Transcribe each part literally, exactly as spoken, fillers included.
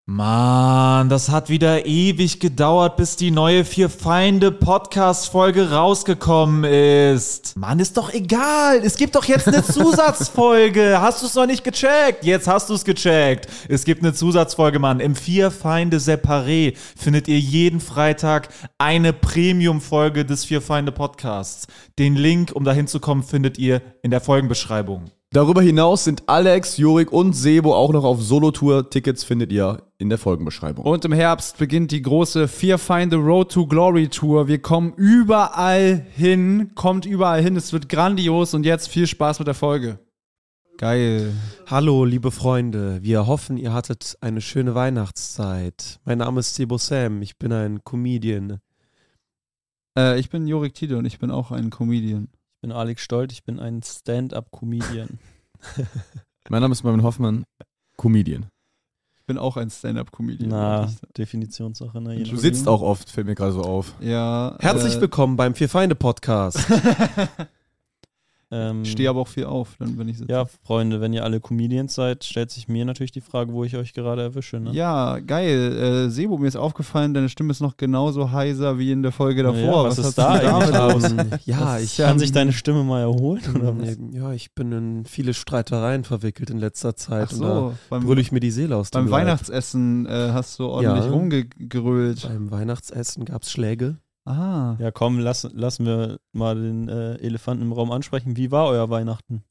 Mann, das hat wieder ewig gedauert, bis die neue Vier-Feinde-Podcast-Folge rausgekommen ist. Mann, ist doch egal. Es gibt doch jetzt eine Zusatzfolge. Hast du es noch nicht gecheckt? Jetzt hast du es gecheckt. Es gibt eine Zusatzfolge, Mann. Im Vier-Feinde-Separé findet ihr jeden Freitag eine Premium-Folge des Vier-Feinde-Podcasts. Den Link, um dahin zu kommen, findet ihr in der Folgenbeschreibung. Darüber hinaus sind Alex, Jurik und Sebo auch noch auf Solo-Tour. Tickets findet ihr in der Folgenbeschreibung. Und im Herbst beginnt die große Vier-Feinde Road to Glory Tour. Wir kommen überall hin, kommt überall hin. Es wird grandios und jetzt viel Spaß mit der Folge. Geil. Hallo, liebe Freunde. Wir hoffen, ihr hattet eine schöne Weihnachtszeit. Mein Name ist Sebo Sam. Ich bin ein Comedian. Äh, ich bin Jurik Tide und ich bin auch ein Comedian. Ich bin Alex Stolt, ich bin ein Stand-Up-Comedian. Mein Name ist Marvin Hoffmann, Comedian. Ich bin auch ein Stand-Up-Comedian. Na, Definitionssache. Ne? Du sitzt auch oft, fällt mir gerade so auf. Ja. Herzlich äh, willkommen beim Vier-Feinde-Podcast. ähm, Ich stehe aber auch viel auf, dann wenn ich sitze. Ja, Freunde, wenn ihr alle Comedians seid, stellt sich mir natürlich die Frage, wo ich euch gerade erwische. Ne? Ja, geil. Äh, Sebo, mir ist aufgefallen, deine Stimme ist noch genauso heiser wie in der Folge davor. Ja, was, was ist hast da du eigentlich damit? los? ja, was, ich kann ähm, sich deine Stimme mal erholen? Oder was? Ja, ich bin in viele Streitereien verwickelt in letzter Zeit. Ach so, und da beim, brülle ich mir die Seele aus dem beim Leib. Weihnachtsessen äh, hast du ordentlich Ja. rumgegrölt. Beim Weihnachtsessen gab es Schläge. Ah. Ja, komm, lass, lassen wir mal den äh, Elefanten im Raum ansprechen. Wie war euer Weihnachten?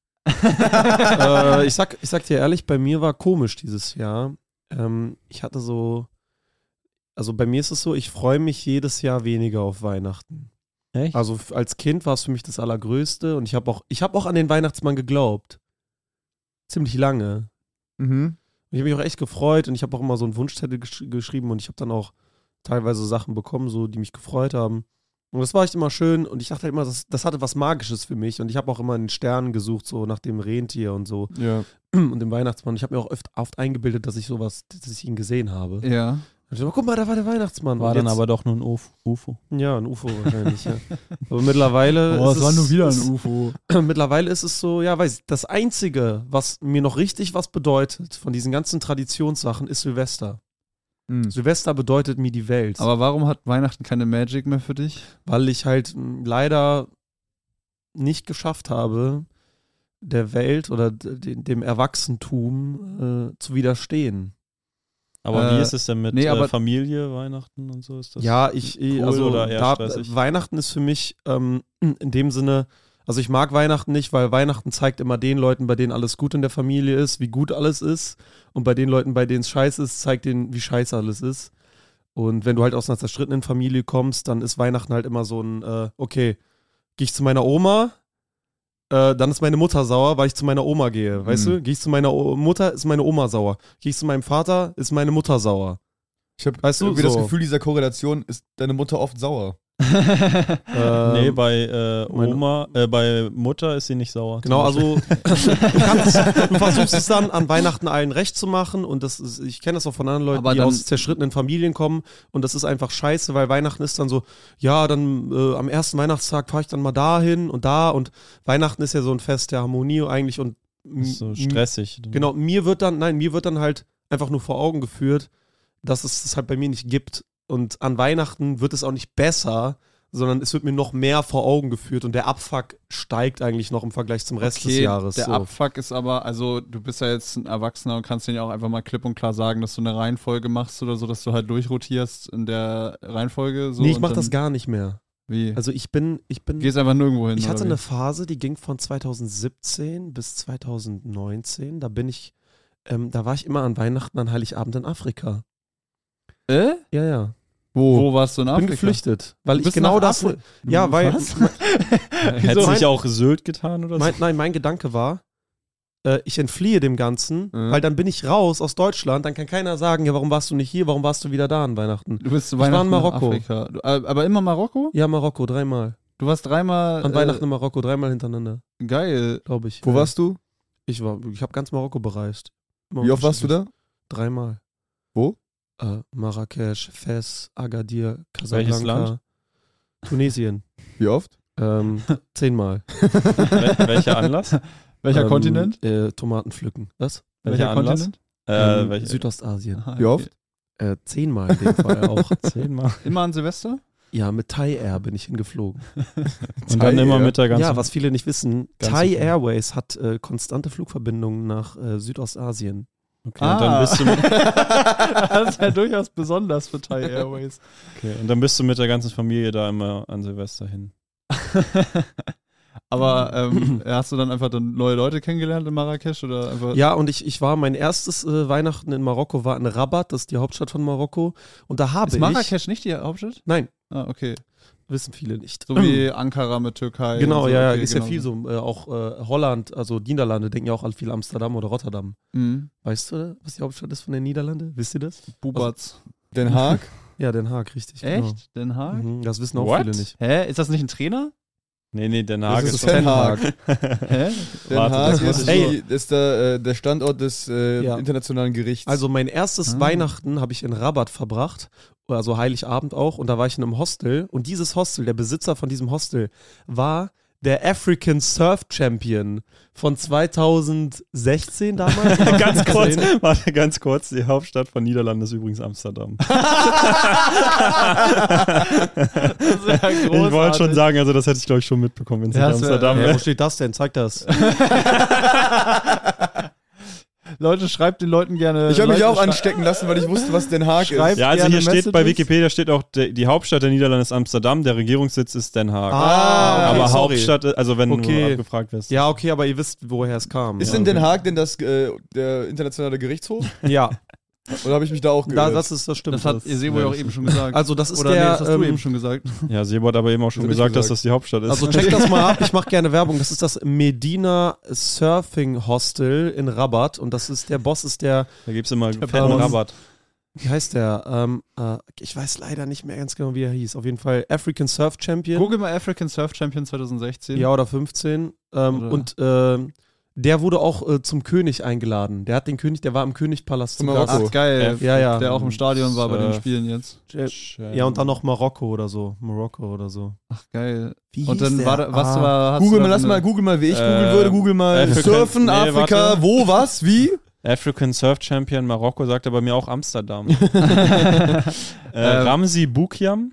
äh, ich, sag, ich sag dir ehrlich, bei mir war komisch dieses Jahr. Ähm, ich hatte so, also bei mir ist es so, ich freue mich jedes Jahr weniger auf Weihnachten. Echt? Also f- als Kind war es für mich das Allergrößte und ich habe auch, ich habe auch an den Weihnachtsmann geglaubt. Ziemlich lange. Mhm. Ich habe mich auch echt gefreut und ich habe auch immer so einen Wunschzettel gesch- geschrieben und ich habe dann auch teilweise Sachen bekommen, so die mich gefreut haben. Und das war echt immer schön und ich dachte halt immer, das, das hatte was Magisches für mich und ich habe auch immer in den Sternen gesucht, so nach dem Rentier und so Ja. und dem Weihnachtsmann. Ich habe mir auch oft, oft eingebildet, dass ich sowas, dass ich ihn gesehen habe. Ja. Ich dachte, guck mal, da war der Weihnachtsmann. War Und dann jetzt- aber doch nur ein U F O. Ja, ein U F O wahrscheinlich, ja. Aber mittlerweile Oh, ist es war es, nur wieder ein ist, U F O. Mittlerweile ist es so, ja, weiß ich, das Einzige, was mir noch richtig was bedeutet von diesen ganzen Traditionssachen, ist Silvester. Mhm. Silvester bedeutet mir die Welt. Aber warum hat Weihnachten keine Magic mehr für dich? Weil ich halt mh, leider nicht geschafft habe, der Welt oder d- dem Erwachsentum äh, zu widerstehen. Aber Äh, wie ist es denn mit nee, aber- äh, Familie, Weihnachten und so? Ist das Ja, ich, ich cool also oder eher da, stressig? Weihnachten ist für mich ähm, in dem Sinne, also ich mag Weihnachten nicht, weil Weihnachten zeigt immer den Leuten, bei denen alles gut in der Familie ist, wie gut alles ist. Und bei den Leuten, bei denen es scheiße ist, zeigt denen, wie scheiße alles ist. Und wenn du halt aus einer zerstrittenen Familie kommst, dann ist Weihnachten halt immer so ein, äh, okay, gehe ich zu meiner Oma, äh, dann ist meine Mutter sauer, weil ich zu meiner Oma gehe, weißt Mhm. du? Gehe ich zu meiner o- Mutter, ist meine Oma sauer. Gehe ich zu meinem Vater, ist meine Mutter sauer. Ich habe Weißt du, irgendwie das so. Gefühl, dieser Korrelation ist deine Mutter oft sauer. Ähm, Nee, bei äh, meine- Oma, äh, bei Mutter ist sie nicht sauer. Genau, zum also du, kannst, du versuchst es dann an Weihnachten allen recht zu machen und das ist, ich kenne das auch von anderen Leuten, Aber die dann- aus zerschrittenen Familien kommen und das ist einfach scheiße, weil Weihnachten ist dann so, ja, dann äh, am ersten Weihnachtstag fahre ich dann mal dahin und da und Weihnachten ist ja so ein Fest der Harmonie eigentlich und Beispiel. Ist so m- stressig. Genau, mir wird dann, nein, mir wird dann halt einfach nur vor Augen geführt, dass es das halt bei mir nicht gibt und an Weihnachten wird es auch nicht besser, sondern es wird mir noch mehr vor Augen geführt und der Abfuck steigt eigentlich noch im Vergleich zum Rest des Jahres. Der so. Abfuck ist aber, also du bist ja jetzt ein Erwachsener und kannst denen ja auch einfach mal klipp und klar sagen, dass du eine Reihenfolge machst oder so, dass du halt durchrotierst in der Reihenfolge. So nee, ich und mach dann- das gar nicht mehr. Wie? Also ich bin, ich bin, Gehst einfach nirgendwo hin. ich hatte oder eine wie? Phase, die ging von zweitausendsiebzehn bis zweitausendneunzehn. Da bin ich, ähm, da war ich immer an Weihnachten, an Heiligabend in Afrika. Äh? Ja, ja. Wo warst du in Bin Afrika? geflüchtet, weil Du ich bist genau nach das. Afri- Ja, weil Was? Hätte Wieso? sich auch Sylt getan oder so? mein, nein, mein Gedanke war, äh, ich entfliehe dem Ganzen, Mhm. weil dann bin ich raus aus Deutschland, dann kann keiner sagen, ja, warum warst du nicht hier, warum warst du wieder da an Weihnachten? Du bist zu Ich war in Weihnachten Marokko. Afrika. Du, äh, aber immer Marokko? Ja, Marokko, dreimal. Du warst dreimal. An äh, Weihnachten in Marokko, dreimal hintereinander, Geil. glaube ich. Wo Ja. warst du? Ich war, ich habe ganz Marokko bereist. Immer Wie oft warst du da? Dreimal. Wo? Äh, Marrakesch, Fes, Agadir, Welches Casablanca. Land? Tunesien. Wie oft? Ähm, zehnmal. Wel welcher Anlass? Welcher ähm, Kontinent? Äh, Tomaten pflücken. Was? Welcher Anlass? Kontinent? Äh, ähm, welch- Südostasien. Aha, Wie okay. oft? Äh, zehnmal in dem Fall auch. Zehnmal. Immer an Silvester? Ja, mit Thai Air bin ich hingeflogen. Und dann immer mit der ganzen. Ja, was viele nicht wissen, Ganz Thai okay. Airways hat äh, konstante Flugverbindungen nach äh, Südostasien. Okay, und dann bist du mit, Das ist ja durchaus besonders für Thai Airways. okay, und dann bist du mit der ganzen Familie da immer an Silvester hin. Aber ähm, hast du dann einfach dann neue Leute kennengelernt in Marrakesch oder einfach? Ja, und ich, ich war, mein erstes äh, Weihnachten in Marokko war in Rabat, das ist die Hauptstadt von Marokko. Und da habe Ist ich... Marrakesch nicht die Hauptstadt? Nein, Ah, okay. wissen viele nicht. So wie Ankara mit Türkei. Genau, und so. ja, ja, Okay, ist genau ja viel so. Äh, auch äh, Holland, also die Niederlande, denken ja auch an viel Amsterdam oder Rotterdam. Mhm. Weißt du, was die Hauptstadt ist von den Niederlanden? Wisst ihr das? Bubatz. Den Haag? Ja, Den Haag, richtig. Echt? Den Haag? Genau. Mhm, das wissen auch What? viele nicht. Hä? Ist das nicht ein Trainer? Nee, nee, Den Haag Das ist ist Den Haag. Hä? Den Warte, Haag das muss ist, ich- die, ist der, äh, der Standort des äh, Ja. internationalen Gerichts. Also mein erstes Ah. Weihnachten habe ich in Rabat verbracht, also Heiligabend auch, und da war ich in einem Hostel und dieses Hostel, der Besitzer von diesem Hostel war der African Surf Champion von zweitausendsechzen damals. Ganz kurz, warte, ganz kurz. Die Hauptstadt von Niederlanden ist übrigens Amsterdam. Ich wollte schon sagen, also das hätte ich glaube ich schon mitbekommen, wenn es Ja, in das wär- Amsterdam Ja, wäre. wo steht das denn? Zeig das. Leute, schreibt den Leuten gerne. ich habe mich Leute, auch schrei- anstecken lassen, weil ich wusste, was Den Haag Schreibt- ist. Ja, also gerne hier steht bei Messages. Wikipedia steht auch, de, die Hauptstadt der Niederlande ist Amsterdam, der Regierungssitz ist Den Haag. Ah, okay, aber sorry. Hauptstadt, also wenn Okay. du abgefragt wirst. Ja, okay, aber ihr wisst, woher es kam. Ist ja. in Den Haag denn das äh, der internationale Gerichtshof? Ja, Oder habe ich mich da auch da, geirrt? das ist das stimmt. Das hat Sebo ja auch eben schon gesagt. Also das ist Oder der, nee, das hast du ähm, eben schon gesagt. Ja, Sebo hat aber eben auch schon Das hab ich gesagt, dass gesagt. das die Hauptstadt ist. Also check das mal ab, ich mache gerne Werbung. Das ist das Medina Surfing Hostel in Rabat und das ist, der Boss ist der, da gibt es immer fetten Boss. Rabatt. wie heißt der? Ähm, äh, ich weiß leider nicht mehr ganz genau, wie er hieß. Auf jeden Fall African Surf Champion. Google mal African Surf Champion zwanzig sechzehn. Ja, oder fünfzehn. Ähm, Oder- und ähm, der wurde auch äh, zum König eingeladen. Der hat den König, der war im Königspalast zu Von Gast. Marokko. Ach, geil. Ja, ja. Der auch im Stadion war bei den Surf. Spielen jetzt. Ja, und dann noch Marokko oder so. Marokko oder so. Ach, geil. Wie Und dann hieß war der? da, was Ah. war, hast Google du mal, da lass so mal, eine- Google mal, wie ich Äh, googeln würde. Google mal African- Surfen, nee, Afrika, warte. wo, was, wie? African Surf Champion Marokko sagt er bei mir auch Amsterdam. äh, Ähm, Ramzi Boukiam?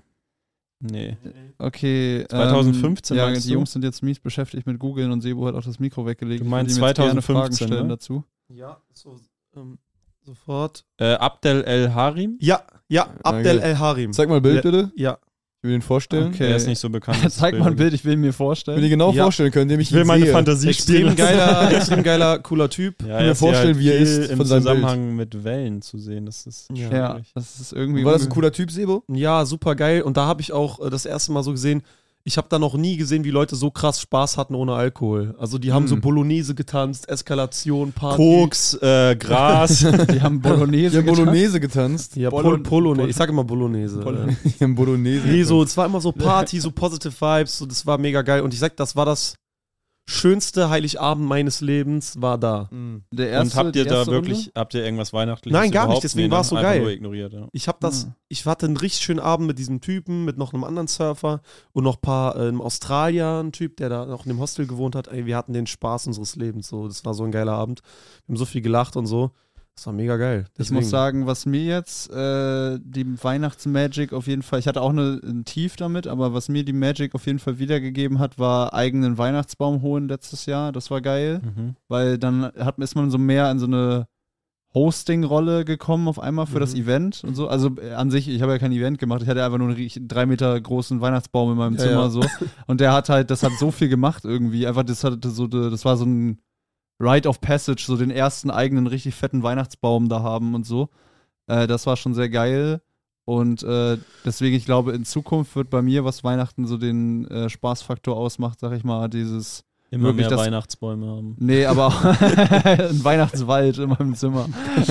Nee. Okay. zwanzig fünfzehn Ähm, ja, meinst die du? Jungs sind jetzt mies beschäftigt mit Googeln und Sebo hat auch das Mikro weggelegt. Du Ich meinst würde ihm jetzt gerne zwanzig fünfzehn, Fragen stellen ne? dazu. Ja, so, ähm, sofort. Äh, Abdel El Harim? Ja, ja, Abdel geil. El Harim. Zeig mal ein Bild Ja. bitte. Ja. Ich will ihn vorstellen. Okay. Der ist nicht so bekannt. Zeig mal ein Bild, ich will ihn mir Ich will ihn vorstellen. genau Ja. vorstellen können, indem ich Ich will ihn meine sehe. Fantasie Extrem spielen. geiler, extrem geiler, cooler Typ. Ja, mir er ist hier vorstellen, halt wie er viel ist im von seinem Zusammenhang mit Wellen zu sehen. Das ist Ja. Ja, schwierig. das ist irgendwie. War das ein unge- cooler Typ, Sebo? Ja, super geil. Und da habe ich auch äh, das erste Mal so gesehen, ich habe da noch nie gesehen, wie Leute so krass Spaß hatten ohne Alkohol. Also die haben Hm. so Bolognese getanzt, Eskalation, Party. Koks, äh, Gras. Die haben Bolognese. Die haben getan. Bolognese getanzt. Ja, Pol Bolon- Polonaise. Ich sage immer Bolognese. Pol- Äh. Die haben Bolognese Nee, so, getanzt. es war immer so Party, so positive Vibes, so, das war mega geil. Und ich sag, das war das schönste Heiligabend meines Lebens, war da. Mhm. Der erste, Und habt ihr die da erste wirklich, Runde? habt ihr irgendwas Weihnachtliches? Nein, gar nicht, überhaupt? deswegen Nee, war's so einfach geil. Nur ignoriert, ja. Ich hab das, Ah. ich hatte einen richtig schönen Abend mit diesem Typen, mit noch einem anderen Surfer und noch ein paar, äh, einem Australier, ein Typ, der da noch in dem Hostel gewohnt hat. Ey, wir hatten den Spaß unseres Lebens, so. Das war so ein geiler Abend. Wir haben so viel gelacht und so. Das war mega geil. Ich Deswegen. muss sagen, was mir jetzt äh, die Weihnachtsmagic auf jeden Fall, ich hatte auch eine, ein Tief damit, aber was mir die Magic auf jeden Fall wiedergegeben hat, war eigenen Weihnachtsbaum holen letztes Jahr. Das war geil, Mhm. weil dann hat, ist man so mehr in so eine Hosting-Rolle gekommen auf einmal für Mhm. das Event und so. Also äh, an sich, ich habe ja kein Event gemacht, ich hatte einfach nur einen riech- drei Meter großen Weihnachtsbaum in meinem Ja, Zimmer ja. so. Und der hat halt, das hat so viel gemacht irgendwie. Einfach, das hatte so, das war so ein Rite of Passage, so den ersten eigenen richtig fetten Weihnachtsbaum da haben und so. Äh, das war schon sehr geil. Und äh, deswegen, ich glaube, in Zukunft wird bei mir, was Weihnachten so den äh, Spaßfaktor ausmacht, sag ich mal, dieses. Immer Wirklich mehr das- Weihnachtsbäume haben. Nee, aber auch ein Weihnachtswald in meinem Zimmer.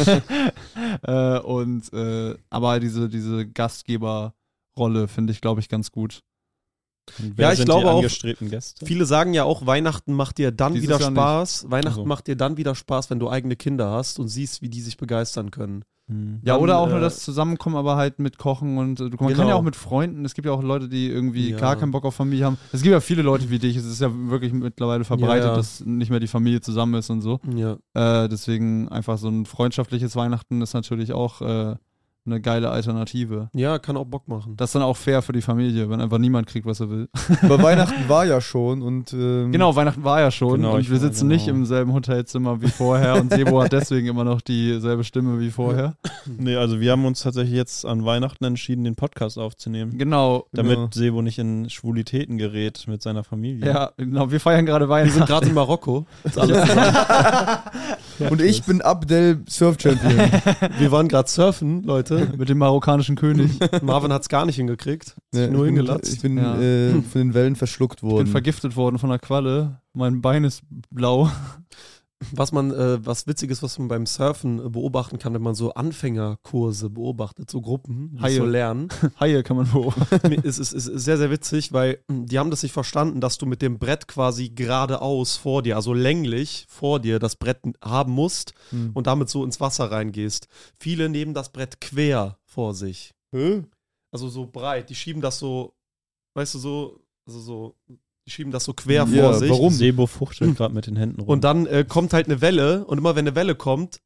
äh, und äh, aber diese, diese Gastgeberrolle finde ich, glaube ich, ganz gut. Und wer Ja, ich sind glaube die auch, angestrebten Gäste? Viele sagen ja auch, Weihnachten macht dir dann Dieses wieder Jahr nicht. Spaß. Weihnachten Also. macht dir dann wieder Spaß, wenn du eigene Kinder hast und siehst, wie die sich begeistern können. Hm. Ja, Dann, oder auch nur äh, das Zusammenkommen, aber halt mit Kochen und äh, man kann Genau. ja auch mit Freunden, es gibt ja auch Leute, die irgendwie Ja. gar keinen Bock auf Familie haben. Es gibt ja viele Leute wie dich, es ist ja wirklich mittlerweile verbreitet, Ja, ja. dass nicht mehr die Familie zusammen ist und so. Ja. Äh, deswegen einfach so ein freundschaftliches Weihnachten ist natürlich auch äh, eine geile Alternative. Ja, kann auch Bock machen. Das ist dann auch fair für die Familie, wenn einfach niemand kriegt, was er will. Aber Weihnachten war ja schon und ähm, Genau, Weihnachten war ja schon Genau, und ich wir war- sitzen genau. nicht im selben Hotelzimmer wie vorher und Sebo hat deswegen immer noch dieselbe Stimme wie vorher. Nee, also wir haben uns tatsächlich jetzt an Weihnachten entschieden, den Podcast aufzunehmen. Genau. Damit Genau. Sebo nicht in Schwulitäten gerät mit seiner Familie. Ja, genau. Wir feiern gerade Wir sind Weihnachten. gerade in Marokko. Ist alles zusammen. und ich bin Abdel Surf Champion. Wir waren gerade surfen, Leute. Mit dem marokkanischen König. Marvin hat es gar nicht hingekriegt. Ja, Sich nur ich bin, hingelatzt. ich bin Ja. äh, von den Wellen verschluckt Ich bin worden. vergiftet worden von einer Qualle. Mein Bein ist blau. Was man, äh, was Witziges, was man beim Surfen äh, beobachten kann, wenn man so Anfängerkurse beobachtet, so Gruppen, die Haie. so lernen. Haie kann man beobachten. es ist, es ist sehr, sehr witzig, weil mh, die haben das nicht verstanden, dass du mit dem Brett quasi geradeaus vor dir, also länglich vor dir, das Brett haben musst Hm. und damit so ins Wasser reingehst. Viele nehmen das Brett quer vor sich. Also so breit. Die schieben das so, weißt du, so, also so, die schieben das so quer Ja, vor sich. warum? Sebo fuchtelt gerade mit den Händen rum. Und dann äh, kommt halt eine Welle und immer wenn eine Welle kommt,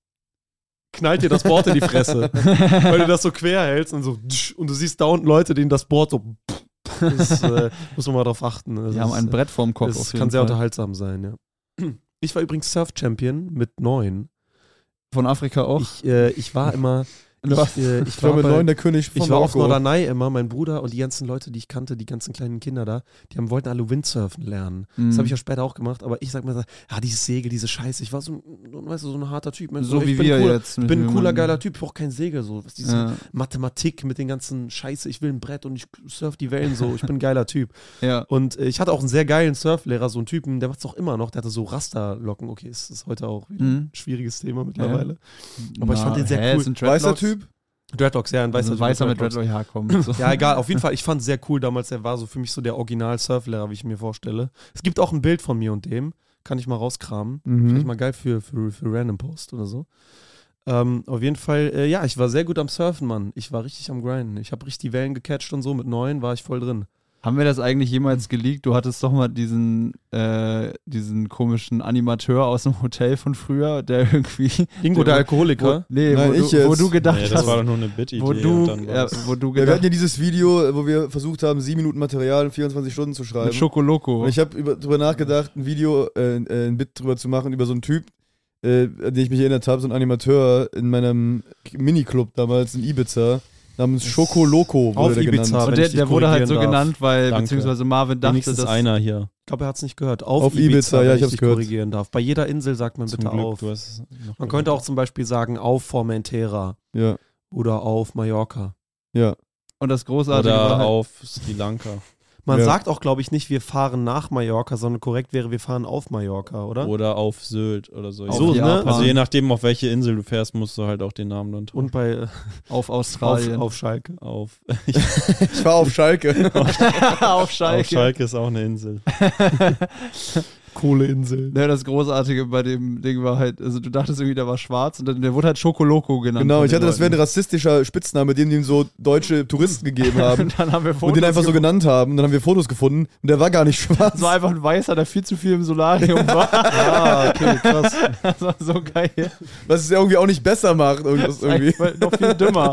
knallt dir das Board in die Fresse. Weil du das so quer hältst und so und du siehst da unten Leute, denen das Board so das, äh, muss man mal drauf achten. Das Die haben ist, ein äh, Brett vorm Kopf. Das auf kann jeden sehr Fall. unterhaltsam sein, ja. Ich war übrigens Surf-Champion mit neun. Von Afrika auch. Ich, äh, ich war immer Du warst- ich, äh, ich Ich war mit bei- neun der König von Ich war auf Marokko. Norderney immer, mein Bruder und die ganzen Leute, die ich kannte, die ganzen kleinen Kinder da, die haben, wollten alle Windsurfen lernen. Mhm. Das habe ich ja später auch gemacht, aber ich sag mir, ja, dieses Segel, diese Scheiße. Ich war so, ein- weißt du, so ein harter Typ. So ich wie bin wir cooler, jetzt. Ich bin ein cooler, geiler Typ, ich brauche kein Segel. So. Was diese Ja, Mathematik mit den ganzen Scheiße, ich will ein Brett und ich surf die Wellen so. Ich bin ein geiler Typ. ja. Und äh, ich hatte auch einen sehr geilen Surflehrer, so einen Typen, der macht es auch immer noch, der hatte so Rasterlocken. Okay, es ist heute auch wieder Mhm. ein schwieriges Thema mittlerweile. Aber Na, ich fand den sehr hä, cool. es sind Weißer Dreadlocks. Typ? Dreadlocks, ja, ein weißer, Also Typ weißer mit Dreadlocks. Dreadlock, ja, komm. So. Ja, egal, auf jeden Fall, ich fand es sehr cool damals, der war so für mich so der Original-Surflehrer, wie ich mir vorstelle. Es gibt auch ein Bild von mir und dem, kann ich mal rauskramen. Mhm. Vielleicht mal geil für, für, für Random Post oder so. Ähm, auf jeden Fall, äh, ja, ich war sehr gut am Surfen, Mann. Ich war richtig am Grinden. Ich habe richtig die Wellen gecatcht und so, mit neun war ich voll drin. Haben wir das eigentlich jemals geleakt? Du hattest doch mal diesen, äh, diesen komischen Animateur aus dem Hotel von früher, der irgendwie. Ingo, der Alkoholiker. Wo, nee, Nein, wo, ich du, wo jetzt. du gedacht nee, das hast, war doch nur eine Bit-Idee. wo und du, dann war ja, das- wo du Ja, wir gedacht hatten ja dieses Video, wo wir versucht haben, sieben Minuten Material in vierundzwanzig Stunden zu schreiben. mit Schokoloco. Und ich habe drüber nachgedacht, ein Video, äh, äh, ein Bit drüber zu machen, über so einen Typ, äh, an den ich mich erinnert habe, so ein Animateur in meinem Miniclub damals in Ibiza, namens Schokoloco Auf wurde der Ibiza. genannt. Und wenn der, ich dich der wurde halt so korrigieren darf. genannt, weil, Danke. beziehungsweise Marvin dachte, Wenigstens dass. einer hier. Ich glaube, er hat es nicht gehört. Auf, Auf Ibiza, ja, wenn ich hab's dich gehört. korrigieren darf. Bei jeder Insel sagt man Zum bitte Glück, auf. du hast es noch Man gehört. könnte auch zum Beispiel sagen, auf Formentera Ja, oder auf Mallorca. ja. Und das Großartige war Oder halt, auf Sri Lanka. Man Ja. sagt auch, glaube ich, nicht, wir fahren nach Mallorca, sondern korrekt wäre, wir fahren auf Mallorca, oder? Oder auf Sylt oder so. Auf So, die ne? Japan, Also je nachdem, auf welche Insel du fährst, musst du halt auch den Namen dann tun. Und bei äh, auf auf, Australien. auf Schalke. Auf, Ich war auf Schalke. auf auf Schalke ist auch eine Insel. Kohleinsel. Ja, das Großartige bei dem Ding war halt, also du dachtest irgendwie, der war schwarz und dann, der wurde halt Schokoloco genannt. Genau, von ich den hatte, das wäre ein Leuten. rassistischer Spitzname, den ihm so deutsche Touristen gegeben haben. Und dann haben wir Fotos Und den einfach so gefunden. genannt haben. Und dann haben wir Fotos gefunden. Und der war gar nicht schwarz. Das war einfach ein Weißer, der viel zu viel im Solarium war. Ah, okay, krass. Das war so geil. Was es irgendwie auch nicht besser macht. Irgendwas irgendwie. Eigentlich noch viel dümmer.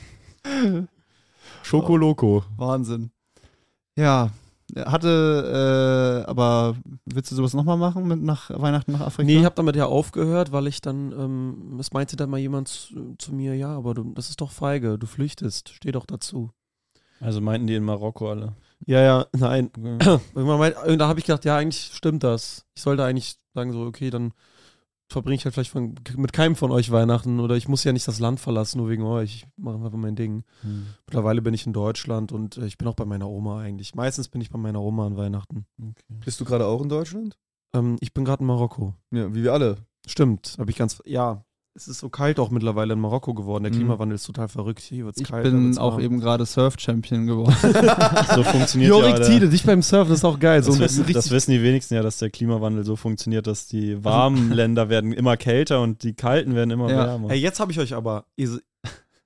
Schokoloco. Wahnsinn. Ja, hatte, äh, aber willst du sowas nochmal machen mit nach Weihnachten nach Afrika? Nee, ich habe damit ja aufgehört, weil ich dann, ähm, es meinte dann mal jemand zu, zu mir, ja, aber du, das ist doch feige, du flüchtest, steh doch dazu. Also meinten die in Marokko alle. Ja, ja, nein. Okay. Irgendwann meint, da habe ich gedacht, ja, eigentlich stimmt das. Ich sollte eigentlich sagen so, okay, dann verbringe ich halt vielleicht von, mit keinem von euch Weihnachten oder ich muss ja nicht das Land verlassen, nur wegen euch. Ich mache einfach mein Ding. Hm. Mittlerweile bin ich in Deutschland und äh, ich bin auch bei meiner Oma eigentlich. Meistens bin ich bei meiner Oma an Weihnachten. Okay. Bist du gerade auch in Deutschland? Ähm, ich bin gerade in Marokko. Ja, wie wir alle. Stimmt, habe ich ganz, ja. Es ist so kalt auch mittlerweile in Marokko geworden. Der Mhm. Klimawandel ist total verrückt. Hier wird's Ich kalt. da bin wird's auch warm. eben gerade Surf-Champion geworden. So funktioniert Jorik ja Tiede, der, dich beim Surfen, das ist auch geil. So das, ein wissen, richtig, das wissen die wenigsten ja, dass der Klimawandel so funktioniert, dass die warmen Länder werden immer kälter und die kalten werden immer Ja. wärmer. Hey, jetzt habe ich euch aber. Ihr,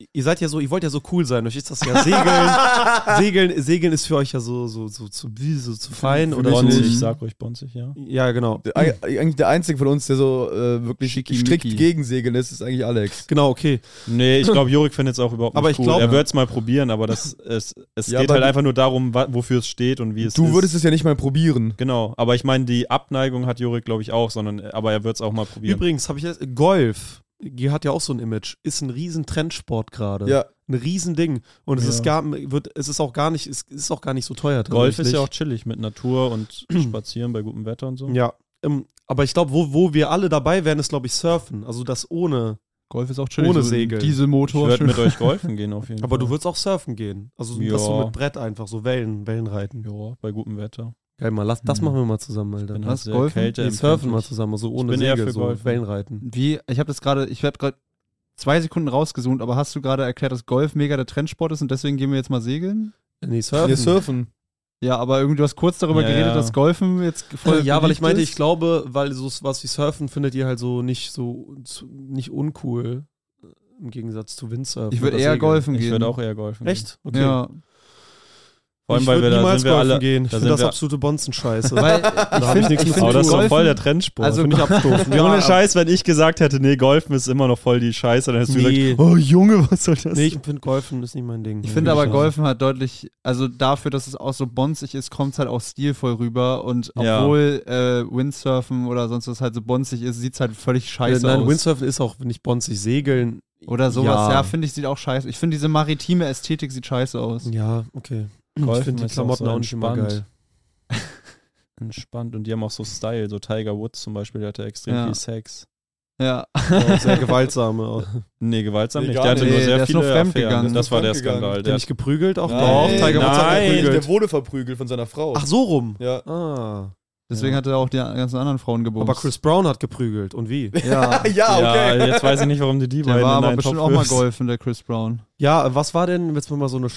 ihr seid ja so, ihr wollt ja so cool sein. Euch ist das ja Segeln. Segeln, Segeln ist für euch ja so, so, so, so, wie, so zu fein. Für oder mich so. nicht. Bonzig, ich sag euch bonzig, ja. Ja, genau. Der, eigentlich der Einzige von uns, der so äh, wirklich Schickimicki. strikt gegen Segeln ist, ist eigentlich Alex. Genau, okay. Nee, ich glaube, Jorik findet es auch überhaupt nicht Aber ich cool. glaub- er wird es mal probieren, aber das, es, es Ja, geht aber halt du- einfach nur darum, wa- wofür es steht und wie es Du ist. würdest es ja nicht mal probieren. Genau, aber ich meine, die Abneigung hat Jorik, glaube ich, auch, sondern aber er wird es auch mal probieren. Übrigens habe ich jetzt, Golf, die hat ja auch so ein Image, ist ein riesen Trendsport gerade. Ja. Ein riesen Ding. Und es Ja. ist gar, wird, es ist auch gar nicht, es ist auch gar nicht so teuer. Golf ist tatsächlich. ja auch chillig mit Natur und Spazieren bei gutem Wetter und so. Ja. Ähm, aber ich glaube, wo, wo wir alle dabei wären, ist, glaube ich, Surfen. Also das ohne. Golf ist auch chillig. Ohne so ein Segeln. Ich Dieselmotor. würde schön. mit euch golfen gehen auf jeden Aber Fall. du würdest auch surfen gehen. Also Ja. das so mit Brett einfach, so Wellen, Wellenreiten. Ja, bei gutem Wetter. Geil, mal, lass, das Hm. machen wir mal zusammen, Alter. Bin Was, halt sehr Golfen? Kälte Nee, surfen mal empfindlich. zusammen, also ohne bin eher Segel, für so Golfen. Wellenreiten. Wie, ich habe das gerade, ich habe gerade zwei Sekunden rausgezoomt, aber hast du gerade erklärt, dass Golf mega der Trendsport ist und deswegen gehen wir jetzt mal segeln? Nee, surfen. Wir surfen. Ja, aber irgendwie, du hast kurz darüber Ja, geredet, ja. dass Golfen jetzt voll ja, weil ich beliebt meinte, ist. ich glaube, weil so was wie Surfen findet ihr halt so nicht so zu, nicht uncool äh, im Gegensatz zu Windsurfen. Ich würde oder eher Segeln. golfen Ich gehen. würde auch eher golfen. Echt? Okay. Ja, Vor allem, ich weil würde wir da niemals sind wir golfen alle. gehen. Ich da finde sind das wir- absolute Bonzenscheiße. weil Da ich hab ich finde, nichts ich mit finde Aber das ist doch Golfen, voll der Trendsport. also finde ich abstoßen. Ja, Ohne Scheiß, wenn ich gesagt hätte, nee, Golfen ist immer noch voll die Scheiße, dann hättest du Nee. gesagt, oh Junge, was soll das? Nee, ich finde Golfen ist nicht mein Ding. Ich finde Ja, aber schon. Golfen halt deutlich, also dafür, dass es auch so bonzig ist, kommt es halt auch stilvoll rüber und Ja. obwohl äh, Windsurfen oder sonst was halt so bonzig ist, sieht es halt völlig scheiße Nein, aus. Windsurfen ist auch nicht bonzig. Segeln. Oder sowas, ja, Ja, finde ich, sieht auch scheiße. Ich finde diese maritime Ästhetik sieht scheiße aus. Ja, okay. Ich Golfen finde die ist auch Klamotten so auch nicht immer entspannt. geil. Entspannt. Und die haben auch so Style. So Tiger Woods zum Beispiel, der hatte extrem Ja. viel Sex. Ja. Auch sehr gewaltsame. Nee, gewaltsam Nee, nicht. gar Der hatte nicht. nur Nee, sehr der ist viele nur fremdgegangen. Affären. Das Der war der ist fremdgegangen. Skandal. Der Der nicht geprügelt? Auch Nein. doch. Tiger Woods hat Nein. geprügelt. Der wurde verprügelt von seiner Frau. Ach, so rum. Ja. Ah. Deswegen Ja. hat er auch die ganzen anderen Frauen gebumst. Aber Chris Brown hat geprügelt. Und wie? Ja, ja, okay. Ja, jetzt weiß ich nicht, warum du die der beiden war in aber deinen bestimmt Topf auch mal wirfst. golfen, der Chris Brown. Ja, was war denn, jetzt mal so eine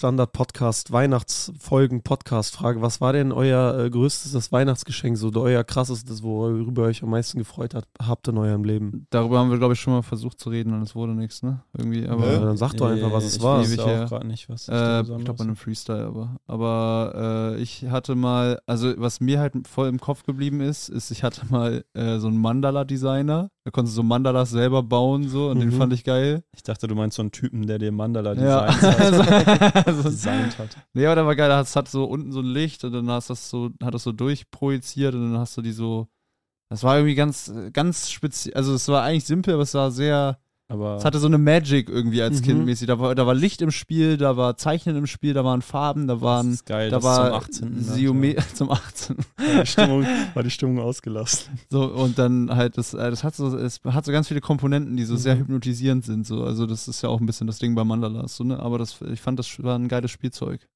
Standard-Podcast-Weihnachtsfolgen-Podcast-Frage, was war denn euer äh, größtes Weihnachtsgeschenk, so euer krassestes, worüber ihr euch am meisten gefreut hat, habt in eurem Leben? Darüber haben wir, glaube ich, schon mal versucht zu reden und es wurde nichts, ne? Irgendwie, aber. Ja, dann sag doch einfach, was es ich war. weiß Ewig auch her. gerade nicht, was das Äh, da ich besonders glaube, bei einem ist. Freestyle, aber. Aber äh, ich hatte mal, also was mir halt voll im Kopf geblieben ist, ist, ich hatte mal äh, so einen Mandala-Designer. Da konntest du so Mandalas selber bauen, so, und den Mhm. fand ich geil. Ich dachte, du meinst so einen Typen, der dir Mandala Ja. designt hat. also, designt hat. nee, aber der war geil. Es hat so unten so ein Licht und dann hast das so, hat das so durchprojiziert und dann hast du die so. Das war irgendwie ganz, ganz speziell. Also, es war eigentlich simpel, aber es war sehr. Aber Es hatte so eine Magic irgendwie als Mhm. Kind mäßig. Da war, da war Licht im Spiel, da war Zeichnen im Spiel, da waren Farben, da das waren. ist geil, Da das war zum achtzehnten Siome zum achtzehnten War die Stimmung, war die Stimmung ausgelassen. So, und dann halt, das, äh, das hat so, es hat so ganz viele Komponenten, die so sehr Mhm. hypnotisierend sind. So. Also, das ist ja auch ein bisschen das Ding bei Mandalas, so, ne? Aber das, ich fand, das war ein geiles Spielzeug.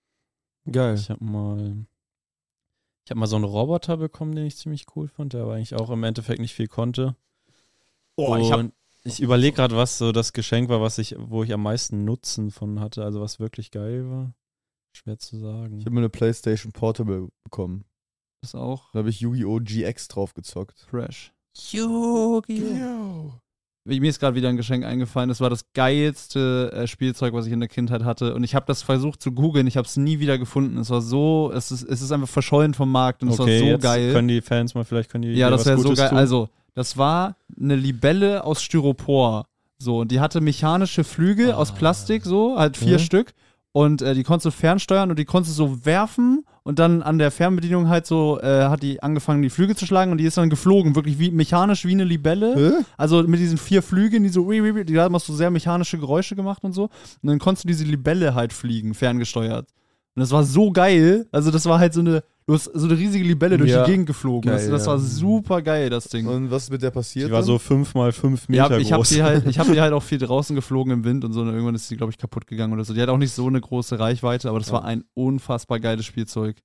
Geil. Ich habe mal, ich habe mal so einen Roboter bekommen, den ich ziemlich cool fand, der aber eigentlich auch im Endeffekt nicht viel konnte. Oh, ich hab- Und ich überlege gerade, was so das Geschenk war, was ich, wo ich am meisten Nutzen von hatte, also was wirklich geil war. Schwer zu sagen. Ich habe mir eine PlayStation Portable bekommen. Das auch Da habe ich Yu-Gi-Oh! G X drauf gezockt. fresh. Yu-Gi-Oh! Mir ist gerade wieder ein Geschenk eingefallen. Das war das geilste äh, Spielzeug, was ich in der Kindheit hatte. Und ich habe das versucht zu googeln. Ich habe es nie wieder gefunden. Es war so, es ist, es ist einfach verschollen vom Markt und es Okay, war so jetzt geil. können die Fans mal, vielleicht können die Ja, dir das was wäre so Gutes geil. tun. Also, das war eine Libelle aus Styropor. So, und die hatte mechanische Flügel aus Plastik, so, halt vier Mhm. Stück. Und äh, die konntest du fernsteuern und die konntest du so werfen und dann an der Fernbedienung halt so, äh, hat die angefangen, die Flügel zu schlagen und die ist dann geflogen, wirklich wie mechanisch wie eine Libelle. Hä? Also mit diesen vier Flügeln, die so, die haben auch so sehr mechanische Geräusche gemacht und so. Und dann konntest du diese Libelle halt fliegen, ferngesteuert. Und das war so geil. Also das war halt so eine, du hast so eine riesige Libelle durch Ja. die Gegend geflogen. das Geil, das ja. war super geil, das Ding. Und was ist mit der passiert? Die war dann? so fünf mal fünf Ja, Meter ich habe groß. die halt, ich habe die halt auch viel draußen geflogen im Wind und so. Und irgendwann ist die, glaube ich, kaputt gegangen oder so. Die hat auch nicht so eine große Reichweite, aber das Ja. war ein unfassbar geiles Spielzeug.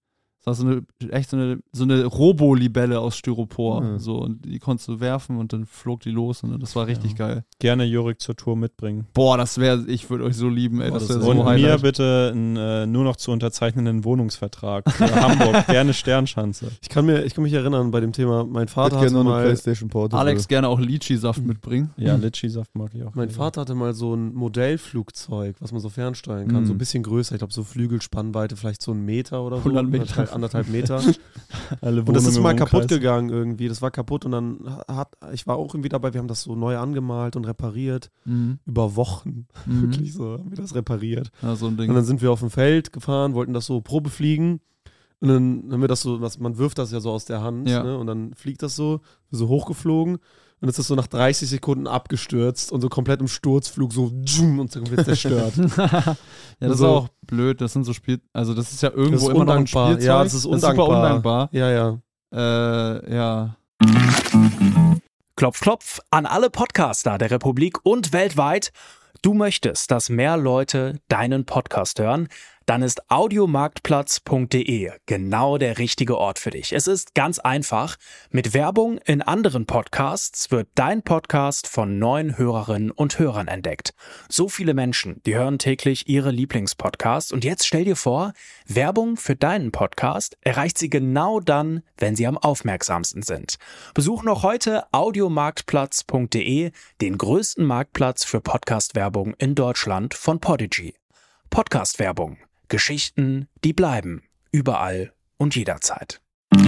Das war so eine, echt so eine, so eine Robo-Libelle aus Styropor. Mhm. So, und die konntest du werfen und dann flog die los und das war richtig Ja. geil. Gerne Jurik zur Tour mitbringen. Boah, das wäre, ich würde euch so lieben, ey. Boah, Das das wäre wär so Und ein mir Highlight. bitte einen äh, nur noch zu unterzeichnenden Wohnungsvertrag für Hamburg. Gerne Sternschanze. Ich kann, mir, ich kann mich erinnern bei dem Thema, mein Ich Vater hätte hatte gerne noch eine mal, PlayStation Portable. Alex gerne auch Litchi-Saft mitbringen. Ja, Litschi-Saft mag ich auch. mein gerne. Vater hatte mal so ein Modellflugzeug, was man so fernsteuern kann, Mhm. so ein bisschen größer, ich glaube so Flügelspannweite, vielleicht so ein Meter oder so. hundert Meter. Anderthalb, anderthalb Meter. Alle Und das ist Wohnungen mal im kaputt Umkreis. gegangen irgendwie. Das war kaputt und dann hat, ich war auch irgendwie dabei, wir haben das so neu angemalt und repariert. Mhm. Über Wochen. Mhm. Wirklich so haben wir das repariert. Ja, so ein Ding. Und dann sind wir auf dem Feld gefahren, wollten das so Probe fliegen. Und dann haben wir das so, was, man wirft das ja so aus der Hand, Ja. ne? Und dann fliegt das so, so hochgeflogen. Und ist das so nach dreißig Sekunden abgestürzt und so komplett im Sturzflug so tschum, und so komplett zerstört. ja, das ist So. auch blöd. Das sind so Spiel, also das ist ja irgendwo Das ist immer noch ein undankbar. Spielzeug. Ja, das ist super undankbar. undankbar. Ja, ja. Äh, ja. Klopf, klopf an alle Podcaster der Republik und weltweit. Du möchtest, dass mehr Leute deinen Podcast hören? Dann ist audiomarktplatz punkt de genau der richtige Ort für dich. Es ist ganz einfach. Mit Werbung in anderen Podcasts wird dein Podcast von neuen Hörerinnen und Hörern entdeckt. So viele Menschen, die hören täglich ihre Lieblingspodcasts und jetzt stell dir vor, Werbung für deinen Podcast erreicht sie genau dann, wenn sie am aufmerksamsten sind. Besuch noch heute audiomarktplatz punkt de, den größten Marktplatz für Podcast-Werbung in Deutschland von Podigy. Podcast-Werbung. Geschichten, die bleiben. Überall und jederzeit.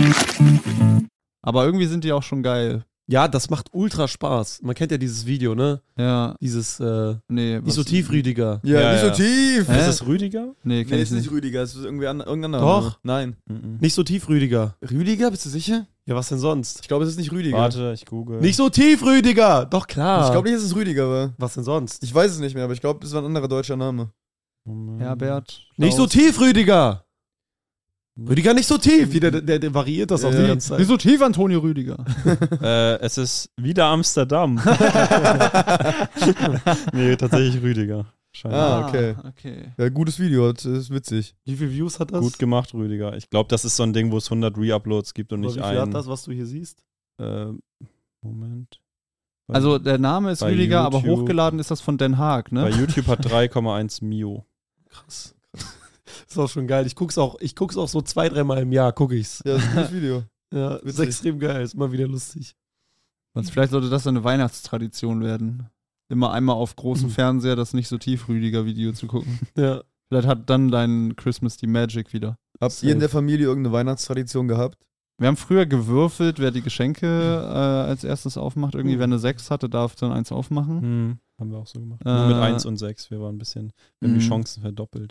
Aber irgendwie sind die auch schon geil. Ja, das macht ultra Spaß. Man kennt ja dieses Video, ne? Ja, Dieses, äh, nee. nicht so tief, Rüdiger. Ja, Ja, nicht ja. so tief. Hä? Ist das Rüdiger? Nee, Nee, kenn ich ist nicht nicht. Rüdiger, es ist irgendwie an, irgendein anderer. Doch. Name. Nein. Mhm. Nicht so tief, Rüdiger. Rüdiger, bist du sicher? Ja, was denn sonst? Ich glaube, es ist nicht Rüdiger. Warte, ich google. Nicht so tief, Rüdiger! Doch, klar. Ich glaube nicht, dass es Rüdiger war. Was denn sonst? Ich weiß es nicht mehr, aber ich glaube, es war ein anderer deutscher Name. Moment. Herbert. Nicht so Klaus. tief, Rüdiger! Rüdiger nicht so tief! Wie der, der, der variiert das auch Ja. die ganze Zeit. Nicht so tief, Antonio Rüdiger. Äh, es ist wieder Amsterdam. Nee, tatsächlich Rüdiger. Scheinbar. Ah, okay. okay. Ja, gutes Video, das ist witzig. Wie viele Views hat das? Gut gemacht, Rüdiger. Ich glaube, das ist so ein Ding, wo es hundert Re-Uploads gibt und Aber nicht wie viel ein. hat das, was du hier siehst? Äh, Moment. Bei- Also der Name ist Bei Rüdiger, aber YouTube- hochgeladen ist das von Den Haag, bei ne? YouTube hat drei Komma eins Mio. Krass. Ist auch schon geil. Ich guck's auch, ich guck's auch so zwei, dreimal im Jahr, guck ich's. Ja, das ist ein gutes Video. Ja, ist Witzig. extrem geil, ist mal wieder lustig. Also vielleicht sollte das eine Weihnachtstradition werden. Immer einmal auf großem Mhm. Fernseher das nicht so tief Rüdiger-Video zu gucken. Ja. Vielleicht hat dann dein Christmas die Magic wieder. Habt Safe. ihr in der Familie irgendeine Weihnachtstradition gehabt? Wir haben früher gewürfelt, wer die Geschenke äh, als erstes aufmacht. Irgendwie, Mhm. wer eine sechs hatte, darf dann eins aufmachen. Hm, haben wir auch so gemacht. Äh, Nur mit eins und sechs. Wir waren ein bisschen, wir haben die Mhm. Chancen verdoppelt.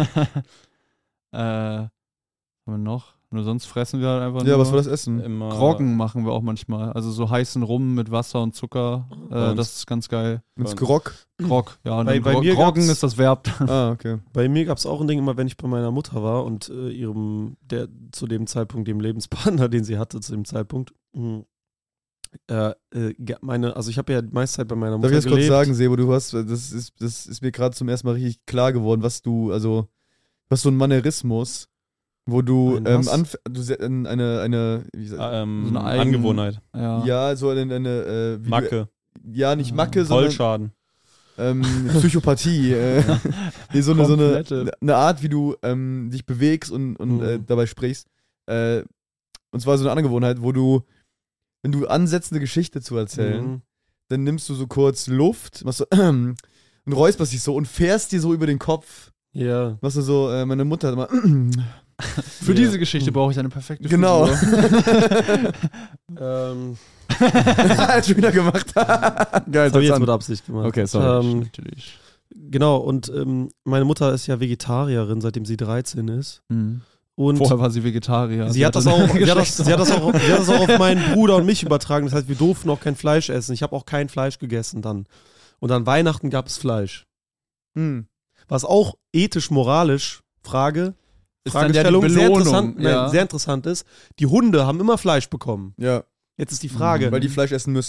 äh, haben wir noch? Nur sonst fressen wir halt einfach Ja, nur. was war das Essen? Immer Groggen machen wir auch manchmal. Also so heißen Rum mit Wasser und Zucker. Bei Äh, uns- das ist ganz geil. Mit Grog. Grog, ja. Und Bei- dann bei Gro- mir Groggen gab's- ist das Verb. Ah, okay. Bei mir gab's auch ein Ding, immer wenn ich bei meiner Mutter war und äh, ihrem, der zu dem Zeitpunkt, dem Lebenspartner, den sie hatte zu dem Zeitpunkt, mh, äh, äh, ge- meine, also ich habe ja die meiste Zeit bei meiner Mutter Darf ich das kurz gelebt. sagen, Sebo, du hast, das ist, das ist mir gerade zum ersten Mal richtig klar geworden, was du, also, was so ein Manierismus, wo du, Ein ähm, was? anf du se- eine, eine, wie sagt, Ah, ähm, So eine Eigen- Angewohnheit. Ja. ja, so eine, eine äh, wie Macke. Du, ja, nicht Macke, sondern Vollschaden. ähm, Psychopathie. äh, nee, so, eine, so eine, Komplette. eine Art, wie du ähm, dich bewegst und, und Mhm. äh, dabei sprichst. Äh, und zwar so eine Angewohnheit, wo du, wenn du ansetzt, eine Geschichte zu erzählen, Mhm. dann nimmst du so kurz Luft, machst so, und räusperst dich so und fährst dir so über den Kopf. Ja. Machst du so, äh, meine Mutter hat immer, Für Ja. diese Geschichte brauche ich eine perfekte genau. Frisur. Ähm, Hat schon wieder gemacht. Geil, das habe ich jetzt an. mit Absicht gemacht. Okay, sorry. Ähm, Natürlich. genau, und ähm, meine Mutter ist ja Vegetarierin, seitdem sie dreizehn ist. Mhm. Und Vorher war sie Vegetarier. sie, hat das hatte auch, eine sie, hat das, sie, hat das auch, sie hat das auch auf meinen Bruder und mich übertragen. Das heißt, wir durften auch kein Fleisch essen. Ich habe auch kein Fleisch gegessen dann. Und an Weihnachten gab es Fleisch. Hm. Was auch ethisch, moralisch, Frage, Ist dann ja die Fragestellung, sehr Belohnung, interessant, ja. nein, sehr interessant ist, die Hunde haben immer Fleisch bekommen. Ja, Jetzt ist die Frage, weil die Fleisch essen müssen.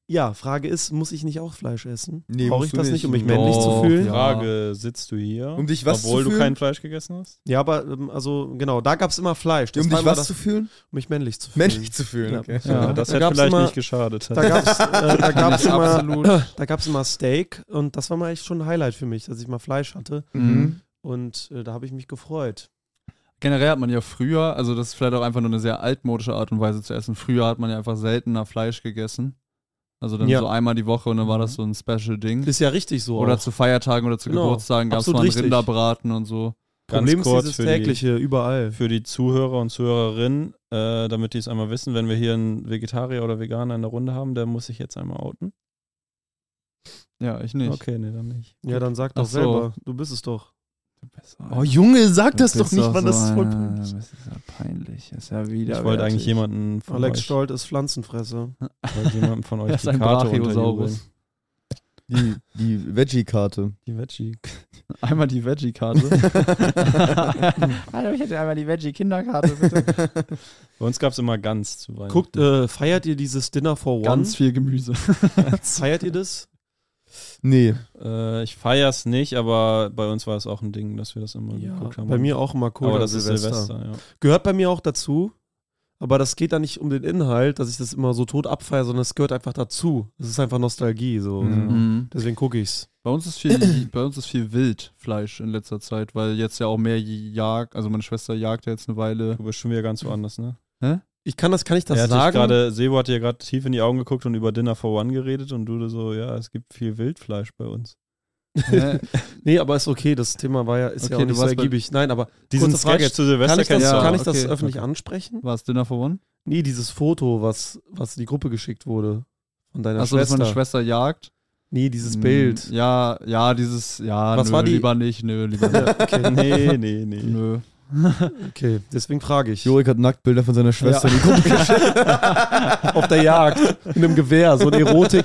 Ja, Frage ist, muss ich nicht auch Fleisch essen? Nee, Brauche musst ich du das nicht. nicht, um mich Doch, männlich zu fühlen? ja. Frage, sitzt du hier, Um dich was obwohl zu du fühlen? kein Fleisch gegessen hast? Ja, aber ähm, also genau, da gab es immer Fleisch. Das Um war dich immer was das, zu fühlen? um mich männlich zu fühlen. Männlich zu fühlen, Ja. okay. Ja. das Da hätte gab's vielleicht immer- nicht geschadet. Da gab es äh, da gab's Das immer, absolut. da gab's immer Steak und das war mal echt schon ein Highlight für mich, dass ich mal Fleisch hatte. Mhm. Und äh, da habe ich mich gefreut. Generell hat man ja früher, also das ist vielleicht auch einfach nur eine sehr altmodische Art und Weise zu essen. Früher hat man ja einfach seltener Fleisch gegessen. Also dann Ja. so einmal die Woche und dann war das so ein Special-Ding. Ist ja richtig so. Oder auch. zu Feiertagen oder zu Genau. Geburtstagen gab es Absolut mal einen richtig. Rinderbraten und so. Ganz Problem ist kurz dieses für die, tägliche, überall. für die Zuhörer und Zuhörerinnen, äh, damit die es einmal wissen, wenn wir hier einen Vegetarier oder Veganer in der Runde haben, der muss sich jetzt einmal outen. Ja, ich nicht. Okay, nee, dann nicht. Ja, dann sag doch Ach so. selber. Du bist es doch. Oh, Junge, sag das du doch bist nicht, Mann. Das ist voll eine- peinlich. Das ist ja peinlich. Das ist ja wieder. Ich wollte eigentlich jemanden von Alex euch, Stolt ist Pflanzenfresser. wollte jemanden von euch Er ist die ein Karte Brachiosaurus. unterjubeln. Die, die Veggie-Karte. Die Veggie. Einmal die Veggie-Karte. Hallo, ich hätte einmal die Veggie-Kinderkarte, bitte. Bei uns gab es immer Gans zu Weihnachten. Guckt, äh, feiert ihr dieses Dinner for One? Ganz viel Gemüse. Feiert ihr das? Nee. Äh, ich feier's nicht, aber bei uns war es auch ein Ding, dass wir das immer geguckt haben. bei mir auch immer cool. aber das das ist Silvester, ja. Gehört bei mir auch dazu. Aber das geht da nicht um den Inhalt, dass ich das immer so tot abfeiere, sondern es gehört einfach dazu. Es ist einfach Nostalgie. So. Mhm. Deswegen gucke ich's. Bei uns ist viel, bei uns ist viel Wildfleisch in letzter Zeit, weil jetzt ja auch mehr Jagd, also meine Schwester jagt ja jetzt eine Weile. Du bist schon wieder ganz woanders, ne? Ich kann das, kann ich das er hat sagen? gerade, Sebo hat dir gerade tief in die Augen geguckt und über Dinner for One geredet und du so, ja, es gibt viel Wildfleisch bei uns. Hä? Nee, aber ist okay. Das Thema war ja, ist ja Okay, auch du nicht so warst bei- ergiebig. Nein, aber Diesen kurze Frage Sketch jetzt. zu Silvester Kann ich das, kennst du ja, kann auch. ich das okay, öffentlich okay. ansprechen? War es Dinner for One? Nee, dieses Foto, was, was in die Gruppe geschickt wurde von deiner Achso, dass Schwester. meine Schwester jagt. Nee, dieses Mm, Bild. Ja, ja, dieses, ja, Was nö, war die- lieber nicht, nö, lieber nicht. Ja, okay. Nee, nee, nee. Nö. Okay, deswegen frage ich. Jorik hat Nacktbilder von seiner Schwester Ja. in die Gruppe geschickt. Auf der Jagd, in einem Gewehr, so ein Erotik,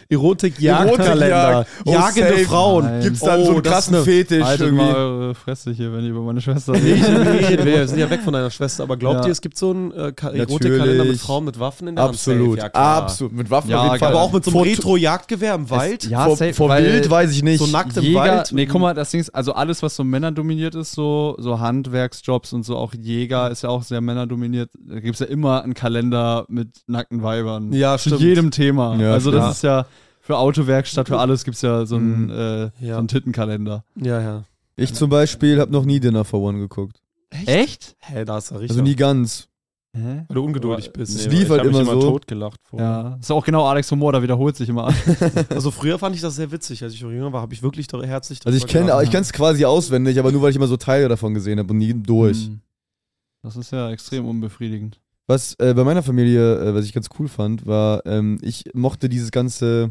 Erotik-Jagdkalender. Erotik-Jagd. Oh, Jagende safe. Frauen. Nein. Gibt's dann Oh, so einen das krassen ist eine- Fetisch Haltet irgendwie? mal eure Fresse hier, wenn ihr über meine Schwester Nee, redet. nee, wir sind ja weg von deiner Schwester, aber glaubt Ja. ihr, es gibt so einen äh, Ka- Erotikkalender mit Natürlich. Frauen mit Waffen in der Absolut. Hand? Safe, ja, klar. Absolut. Mit Waffen Ja, auf jeden Fall. geil. Aber auch mit so einem Vor- Retro-Jagdgewehr im Wald? Ja, vor, safe, vor weil Bild weiß ich nicht. so nackt im Jäger, Wald? nee, guck mal, das Ding ist, also alles, was so männerdominiert ist, so, so Handwerksjobs und so, auch Jäger ist ja auch sehr männerdominiert. Da gibt es ja immer einen Kalender mit nackten Weibern. Ja, Zu stimmt. jedem Thema. Ja, also das ja. ist ja für Autowerkstatt, für alles gibt es ja so einen, Mhm. äh, Ja. so einen Tittenkalender. Ja, ja. Ich zum Beispiel habe noch nie Dinner for One geguckt. Echt? Hä, da ist er richtig. Also nie ganz. Hä? weil du ungeduldig bist. Es Nee, lief ich halt hab mich immer so. totgelacht vorher. Ja. Ist auch genau Alex Humor, da wiederholt sich immer an. Also früher fand ich das sehr witzig. Als ich jünger war, habe ich wirklich da herzlich Also ich drüber kenne gelacht. ich kenne es quasi auswendig, aber nur weil ich immer so Teile davon gesehen habe und nie durch. Mhm. Das ist ja extrem unbefriedigend. Was äh, bei meiner Familie, äh, was ich ganz cool fand, war, ähm, ich mochte dieses ganze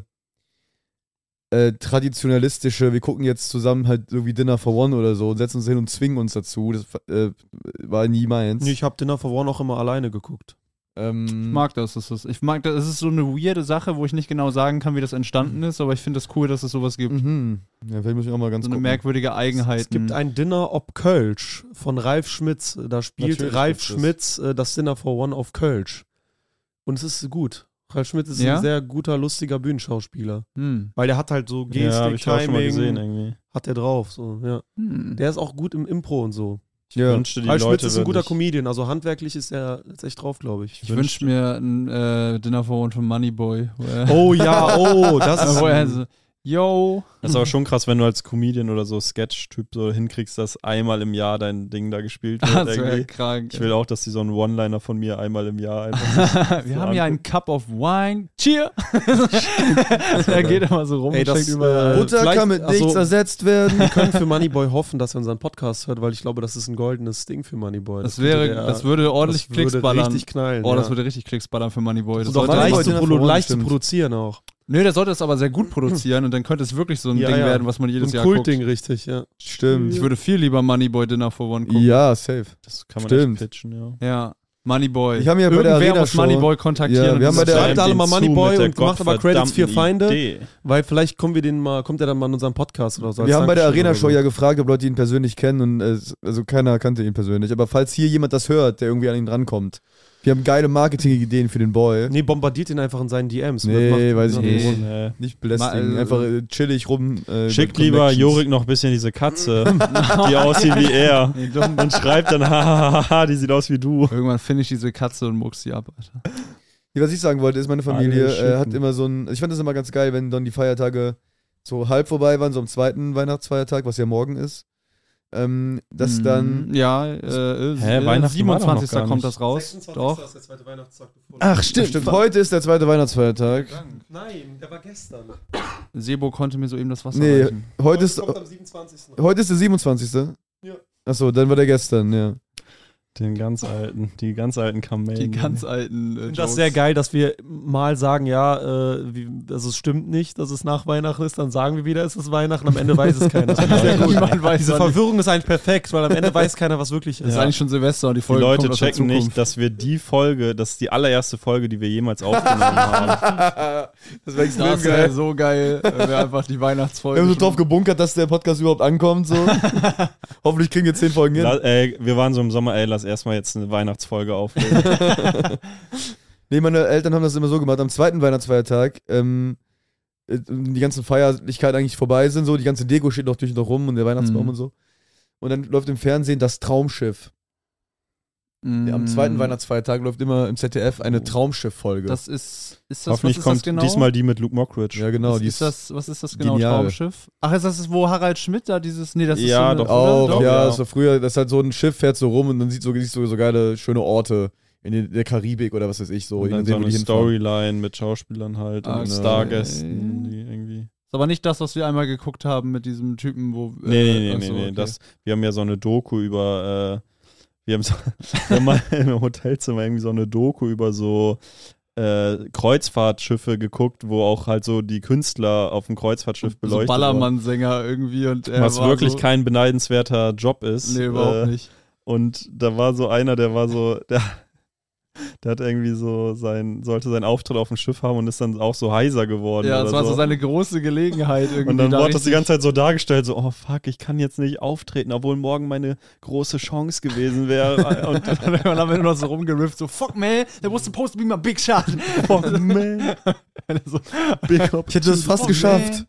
äh, traditionalistische, wir gucken jetzt zusammen halt so wie Dinner for One oder so und setzen uns hin und zwingen uns dazu. Das äh, war nie meins. Nee, ich habe Dinner for One auch immer alleine geguckt. ähm, Ich mag das. das ist, ich mag das. Es ist so eine weirde Sache, wo ich nicht genau sagen kann, wie das entstanden ist, aber ich finde es das cool, dass es sowas gibt. Mhm. Ja, vielleicht muss ich auch mal ganz So eine gucken. merkwürdige Eigenheit. Es gibt ein Dinner ob Kölsch von Ralf Schmitz. Da spielt Natürlich Ralf gibt's das. Schmitz äh, das Dinner for One auf Kölsch. Und es ist gut. Ralf Schmitz ist Ja? ein sehr guter, lustiger Bühnenschauspieler. Hm. Weil der hat halt so Gestik, Ja, hab ich auch schon mal gesehen Timing, irgendwie. hat der drauf. So, ja. Hm. Der ist auch gut im Impro und so. Ich Ja. wünschte, die Ralf Schmitz Leute ist ein guter würden sich- Comedian. Also handwerklich ist er jetzt echt drauf, glaube ich. Ich wünsche mir ein äh, Dinner for One von Moneyboy. Wo er, Oh ja, oh, das ist... wo er so, yo. Das ist aber schon krass, wenn du als Comedian oder so Sketch-Typ so hinkriegst, dass einmal im Jahr dein Ding da gespielt wird. Das wäre irgendwie. krank. Ich will auch, dass die so einen One-Liner von mir einmal im Jahr einfach. Wir so haben hier einen Cup of Wine. Cheer! Er geht immer so rum Ey, und das, schenkt überall. äh, Butter vielleicht- kann mit also- nichts ersetzt werden. Wir können für Moneyboy hoffen, dass er unseren Podcast hört, weil ich glaube, das ist ein goldenes Ding für Moneyboy. das, könnte wäre, der- das würde ordentlich das Klicks würde ballern. richtig knallen. Oh, das ja. würde richtig Klicks ballern für Moneyboy. Das Und auch sollte Moneyboy leicht, zu, Dinner produ for One, leicht zu stimmt. produzieren auch. Nö, der sollte es aber sehr gut produzieren und dann könnte es wirklich so ein Ja, Ding ja. werden, was man So jedes ein Jahr guckt. Kultding, richtig, ja. Stimmt. Ich würde viel lieber Moneyboy Dinner for One gucken. Ja, safe. Das kann man Stimmt. echt pitchen, ja. Ja, Moneyboy. Ich habe ja bei der Irgendwer Arena muss Show- Moneyboy kontaktieren. Ja, und wir haben bei dieses der- Schreibt Schreibt alle den mal zu Moneyboy mit der und macht aber Credits für gottverdammten Feinde, Idee. weil vielleicht kommen wir den mal, kommt er dann mal in unseren Podcast oder so. als Wir haben bei der Dankeschön Arena oder Show so. ja gefragt, ob Leute ihn persönlich kennen und äh, also keiner kannte ihn persönlich. Aber falls hier jemand das hört, der irgendwie an ihn drankommt, Wir haben geile Marketing-Ideen für den Boy. Nee, bombardiert ihn einfach in seinen D Ms. Nee, Macht- weiß ich nicht. Nee. Nicht belästigen, Mal, äh, einfach äh, chillig rum. Äh, Schickt mit lieber Connections. Jorik noch ein bisschen diese Katze, die aussieht wie er. Und schreibt dann, hahaha, die sieht aus wie du. Irgendwann finde ich diese Katze und mucks die ab, Alter. Ja, was ich sagen wollte, ist, meine Familie Alle äh, hat schicken. immer so ein. Ich fand das immer ganz geil, wenn dann die Feiertage so halb vorbei waren, so am zweiten Weihnachtsfeiertag, was ja morgen ist. Ähm, dass Mhm. dann. Ja, äh, äh, Hä, äh, Weihnachten war doch noch siebenundzwanzigsten gar kommt nicht. das raus. Doch. ist der zweite Weihnachtstag. Bevor Ach, stimmt, stimmt. Heute ist der zweite Weihnachtsfeiertag. Nein, der war gestern. Sebo konnte mir soeben das Wasser Nee, reichen. heute ist, am siebenundzwanzigsten heute ist der siebenundzwanzigste Ja. Achso, dann war der gestern, ja. Den ganz alten, die ganz alten Kamellen. Die ganz alten äh, Ich finde Jokes. das sehr geil, dass wir mal sagen, ja, äh, wie, also es stimmt nicht, dass es nach Weihnachten ist, dann sagen wir wieder, es ist Weihnachten, am Ende weiß es keiner. Sehr gut. Niemand weiß Diese wann- Verwirrung ist eigentlich perfekt, weil am Ende weiß keiner, was wirklich Es ist. ist eigentlich schon Silvester und die Die Folge Leute kommt aus der checken nicht, Zukunft. dass wir die Folge, das ist die allererste Folge, die wir jemals aufgenommen haben. Das wäre extrem Das wäre so geil, wenn wir einfach die Weihnachtsfolge. Wir haben so schon- drauf gebunkert, dass der Podcast überhaupt ankommt. So. Hoffentlich kriegen wir zehn Folgen hin. La, ey, wir waren so im Sommer, ey, lass erstmal jetzt eine Weihnachtsfolge aufnehmen. Nee, meine Eltern haben das immer so gemacht. Am zweiten Weihnachtsfeiertag, ähm, äh, die ganzen Feierlichkeiten eigentlich vorbei sind, so, die ganze Deko steht noch durch noch rum und der Weihnachtsbaum Mhm. und so. Und dann läuft im Fernsehen das Traumschiff. Mm, Am zweiten Weihnachtsfeiertag läuft immer im Z D F eine Traumschiff-Folge. Das ist. Ist das, Hoffentlich was ist kommt das genau? diesmal die mit Luke Mockridge. ja, genau. was, Die ist das, was ist das genau? genial. Traumschiff? Ach, ist das, das, wo Harald Schmidt da dieses. Nee, das ist Ja, so eine, doch. auch, oder? Doch. ja, ja. so früher, das ist halt so ein Schiff, fährt so rum und dann sieht so, siehst du so geile, schöne Orte in den- der Karibik oder was weiß ich so. Und je dann so nachdem, wo eine die hinfahren. Storyline mit Schauspielern halt Ah, und genau. Stargästen, die irgendwie. Ist aber nicht das, was wir einmal geguckt haben mit diesem Typen, wo. Nee, nee, nee, ach nee, so, nee. okay. Das, wir haben ja so eine Doku über, äh, wir haben, so, wir haben mal im Hotelzimmer irgendwie so eine Doku über so äh, Kreuzfahrtschiffe geguckt, wo auch halt so die Künstler auf dem Kreuzfahrtschiff so beleuchtet wurden. Ballermann-Sänger irgendwie und er Was war wirklich so, kein beneidenswerter Job ist. Nee, überhaupt Äh, nicht. Und da war so einer, der war so, der, der hat irgendwie so sein, sollte seinen Auftritt auf dem Schiff haben und ist dann auch so heiser geworden. Ja, oder das war so so seine große Gelegenheit irgendwie. Und dann da wurde das die richtig- ganze Zeit so dargestellt, so, oh fuck, ich kann jetzt nicht auftreten, obwohl morgen meine große Chance gewesen wäre. Und Und dann haben wir nur noch so rumgerifft, so, fuck man, there was supposed to be my big shot. fuck man. so, Ich hätte das fast Oh, geschafft.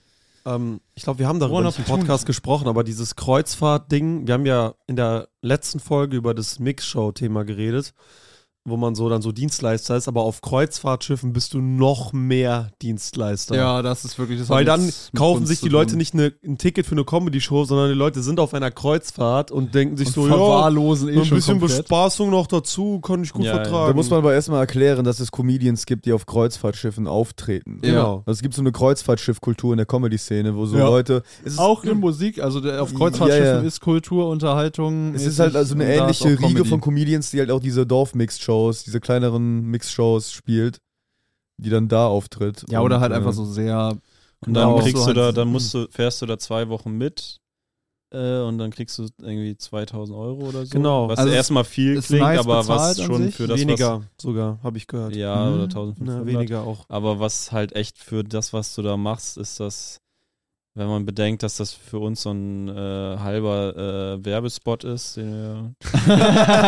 Ähm, ich glaube, wir haben darüber One nicht im opportunity. Podcast gesprochen, aber dieses Kreuzfahrt-Ding, wir haben ja in der letzten Folge über das Mix-Show-Thema geredet, wo man so dann so Dienstleister ist, aber auf Kreuzfahrtschiffen bist du noch mehr Dienstleister. ja, das ist wirklich das. Weil hat dann nichts mit kaufen Kunst sich zu die Leute tun. nicht eine, ein Ticket für eine Comedy-Show, sondern die Leute sind auf einer Kreuzfahrt und denken sich Und so, ja, verwahrlosen eh ein schon bisschen komplett. Bespaßung noch dazu, kann ich gut Ja, ja. vertragen. Da muss man aber erstmal erklären, dass es Comedians gibt, die auf Kreuzfahrtschiffen auftreten. Ja. Genau. Also es gibt so eine Kreuzfahrtschiff-Kultur in der Comedy-Szene, wo so Ja. Leute. Es ist, Auch in Musik, also der, auf Kreuzfahrtschiffen Ja, ja. ist Kultur, Unterhaltung. es mäßig ist halt also eine und da ist ähnliche auch Riege Comedy. von Comedians, die halt auch diese Dorf-Mix-Shows, diese kleineren Mix-Shows spielt, die dann da auftritt. Ja, oder Und, halt äh, einfach so sehr. Und dann Genau, kriegst so du halt da, so- dann musst du, fährst du da zwei Wochen mit äh, und dann kriegst du irgendwie zweitausend Euro oder so. Genau. Was Also es erstmal viel ist klingt, nice aber was bezahlt an schon sich. für das, Weniger sogar, habe ich was, gehört. ja, Mhm. oder Na, eintausendfünfhundert. weniger auch. Aber was halt echt für das, was du da machst, ist das, wenn man bedenkt, dass das für uns so ein äh, halber äh, Werbespot ist, den wir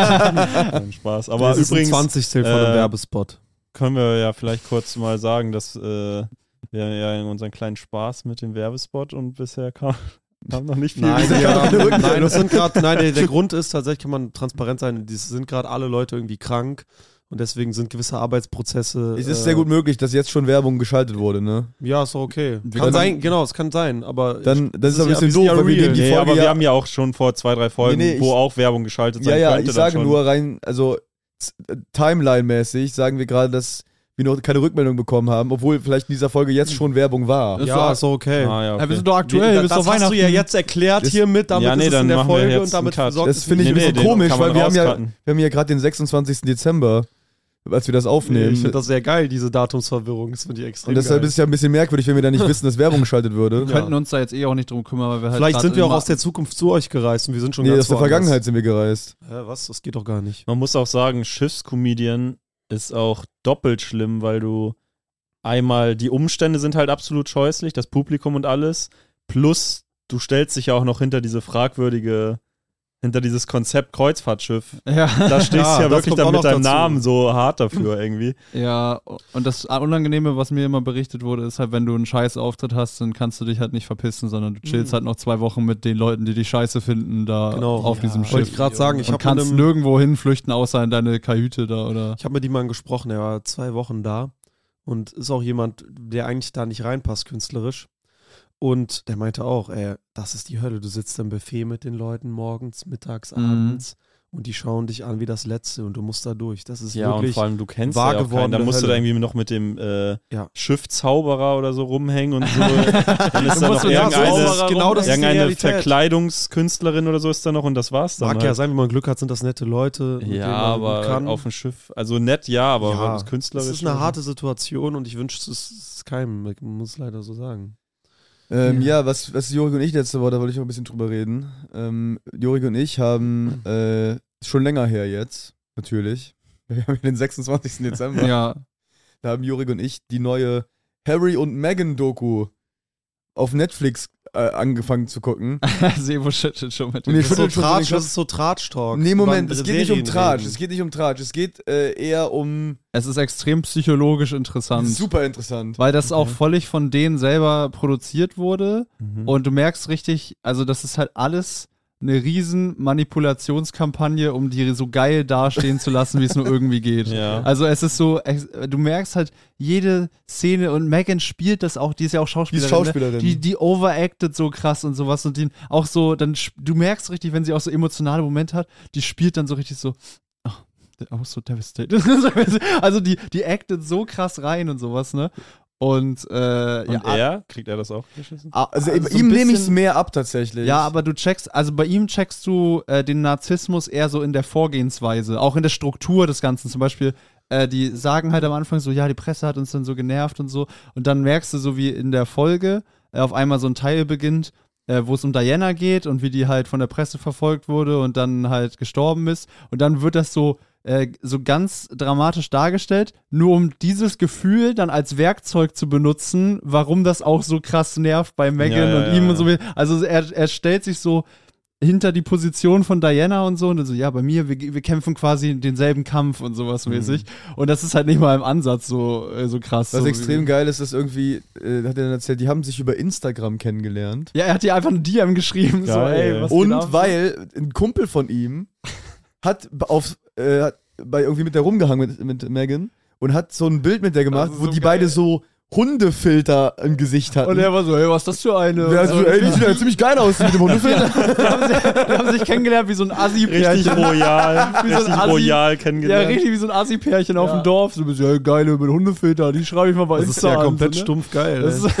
Nein, Spaß. Aber das ist übrigens ein zwanzigstel von äh, einem Werbespot. können wir ja vielleicht kurz mal sagen, dass äh, wir ja in unseren kleinen Spaß mit dem Werbespot und bisher kam, kam noch nicht viel. Nein, keine ja, Rückmeldung. nein, das sind gerade, nein, der, der Grund ist tatsächlich, kann man transparent sein, die sind gerade alle Leute irgendwie krank und deswegen sind gewisse Arbeitsprozesse. Es ist äh, sehr gut möglich, dass jetzt schon Werbung geschaltet wurde, ne? Ja, ist doch okay. Wir Kann können- sein, genau, es kann sein, aber Dann, das ist ist aber ein ja- bisschen wir sind doof, ja weil wir real. nehmen die nee, Folge aber ja, wir haben ja auch schon vor zwei, drei Folgen, Nee, nee, wo ich- auch Werbung geschaltet sein ja, ja, könnte. ich dann sage schon. nur rein, also z- äh, Timeline-mäßig sagen wir gerade, dass wir noch keine Rückmeldung bekommen haben, obwohl vielleicht in dieser Folge jetzt schon Werbung war. Das ja, war- ist doch okay. Ah, ja, Ja, okay. wir sind doch aktuell, Wir- bis das auf hast Weihnachten. du ja jetzt erklärt Das- hiermit, damit Ja, nee, ist es dann in der machen wir Folge jetzt und damit einen Cut. sorgt Das es finde ich nicht- ein bisschen den komisch, kann man weil wir haben, ja, rauscutten. wir haben ja gerade den sechsundzwanzigsten Dezember, als wir das aufnehmen. Ich finde das sehr geil, diese Datumsverwirrung. Das finde ich extrem und deshalb geil. ist es ja ein bisschen merkwürdig, wenn wir da nicht wissen, dass Werbung geschaltet würde. Wir könnten uns da jetzt eh auch nicht drum kümmern, weil wir halt Vielleicht grad sind wir auch immer- aus der Zukunft zu euch gereist und wir sind schon Nee, ganz aus der woanders. Vergangenheit sind wir gereist. Hä, was? Das geht doch gar nicht. Man muss auch sagen, Schiffscomedian ist auch doppelt schlimm, weil du einmal, die Umstände sind halt absolut scheußlich, das Publikum und alles, plus du stellst dich ja auch noch hinter diese fragwürdige hinter dieses Konzept Kreuzfahrtschiff. Ja, Da stehst du Ja, ja das wirklich kommt dann auch mit noch deinem dazu. Namen so hart dafür irgendwie. ja, und das Unangenehme, was mir immer berichtet wurde, ist halt, wenn du einen Scheiß-Auftritt hast, dann kannst du dich halt nicht verpissen, sondern du chillst Mhm. halt noch zwei Wochen mit den Leuten, die dich scheiße finden, da Genau. auf Ja, diesem Wollte Schiff. ich gerade sagen, ich und habe kannst mit, einem- nirgendwo hinflüchten, außer in deine Kajüte da, oder? ich hab mit jemandem gesprochen, der war zwei Wochen da und ist auch jemand, der eigentlich da nicht reinpasst künstlerisch. Und der meinte auch, ey, das ist die Hölle. Du sitzt am Buffet mit den Leuten morgens, mittags, Mhm. abends und die schauen dich an wie das Letzte und du musst da durch. Das ist Ja, und wirklich vor allem, du kennst wahr ja auch keinen. Da gewordene musst du da Hölle. irgendwie noch mit dem äh, Ja. Schiffzauberer oder so rumhängen und so. Dann ist da musst noch du da so irgendeine, Zauberer genau das ist die irgendeine Realität. Verkleidungskünstlerin oder so ist da noch und das war's dann. Mag ja halt. sein, wenn man Glück hat, sind das nette Leute. mit denen Ja, man aber kann. auf dem Schiff, also nett, ja, aber ja, das künstlerisch. es ist eine harte Situation und ich wünsche es keinem, ich muss es leider so sagen. Ähm, ja, was, was Jorik und ich letzte Woche, da wollte ich noch ein bisschen drüber reden. Ähm, Jorik und ich haben äh, schon länger her jetzt, natürlich. Wir haben den sechsundzwanzigsten Dezember. Ja, Da haben Jorik und ich die neue Harry und Meghan Doku auf Netflix äh, angefangen zu gucken. Sebo schüttelt schon mit Und dem ich Das ist so schüttel schon so den Tratsch, das Kopf. ist so Tratsch-Talk. Nee, Moment, Über es geht nicht um Serien Tratsch, reden. es geht nicht um Tratsch, es geht äh, eher um Es ist extrem psychologisch interessant. super interessant. Weil das auch völlig von denen selber produziert wurde. Mhm. Und du merkst richtig, also das ist halt alles eine riesen Manipulationskampagne, um die so geil dastehen zu lassen, wie es nur irgendwie geht. Ja. Also es ist so, ex- du merkst halt jede Szene und Megan spielt das auch, die ist ja auch Schauspielerin. Die ist Schauspielerin. Ne? Die, die overacted so krass und sowas und die auch so, dann sp- du merkst richtig, wenn sie auch so emotionale Momente hat, die spielt dann so richtig so, oh, I was so devastated. Also die, die actet so krass rein und sowas, ne? Und, äh, Und ja, er, kriegt er das auch geschissen? a- Also, also so ihm ein nehme ich es bisschen- mehr ab tatsächlich. Ja, aber du checkst, also bei ihm checkst du äh, den Narzissmus eher so in der Vorgehensweise, auch in der Struktur des Ganzen. Zum Beispiel, äh, die sagen halt am Anfang so, ja, die Presse hat uns dann so genervt und so. Und dann merkst du so, wie in der Folge äh, auf einmal so ein Teil beginnt, äh, wo es um Diana geht und wie die halt von der Presse verfolgt wurde und dann halt gestorben ist. Und dann wird das so äh, so ganz dramatisch dargestellt, nur um dieses Gefühl dann als Werkzeug zu benutzen, warum das auch so krass nervt bei Meghan Ja, ja, und ihm ja. und so. Also er, er stellt sich so hinter die Position von Diana und so und dann so, ja, bei mir, wir, wir kämpfen quasi denselben Kampf und sowas mäßig. Und das ist halt nicht mal im Ansatz so, äh, so krass. Was so extrem wie, geil ist, ist irgendwie, äh, hat er dann erzählt, die haben sich über Instagram kennengelernt. Ja, er hat dir einfach eine D M geschrieben, so, Geil. ey, was Und geht ab? weil ein Kumpel von ihm hat auf, äh, hat bei irgendwie mit der rumgehangen mit, mit Megan und hat so ein Bild mit der gemacht, Das ist wo so die geil. beide so Hundefilter im Gesicht hatten. Und er war so, hey, was ist das für eine? der Und hat so, so, ey, die sieht ja ziemlich geil aus mit dem Hundefilter. die, haben sich, die haben sich kennengelernt wie so ein Assi-Pärchen. Richtig royal, Wie so ein richtig Assi. royal Ja, kennengelernt. richtig wie so ein Assi-Pärchen auf dem Dorf. So, ja, geile mit Hundefilter, die schreibe ich mal bei Das ist Insta ja an, komplett so, ne? stumpf geil. Das ey. ist,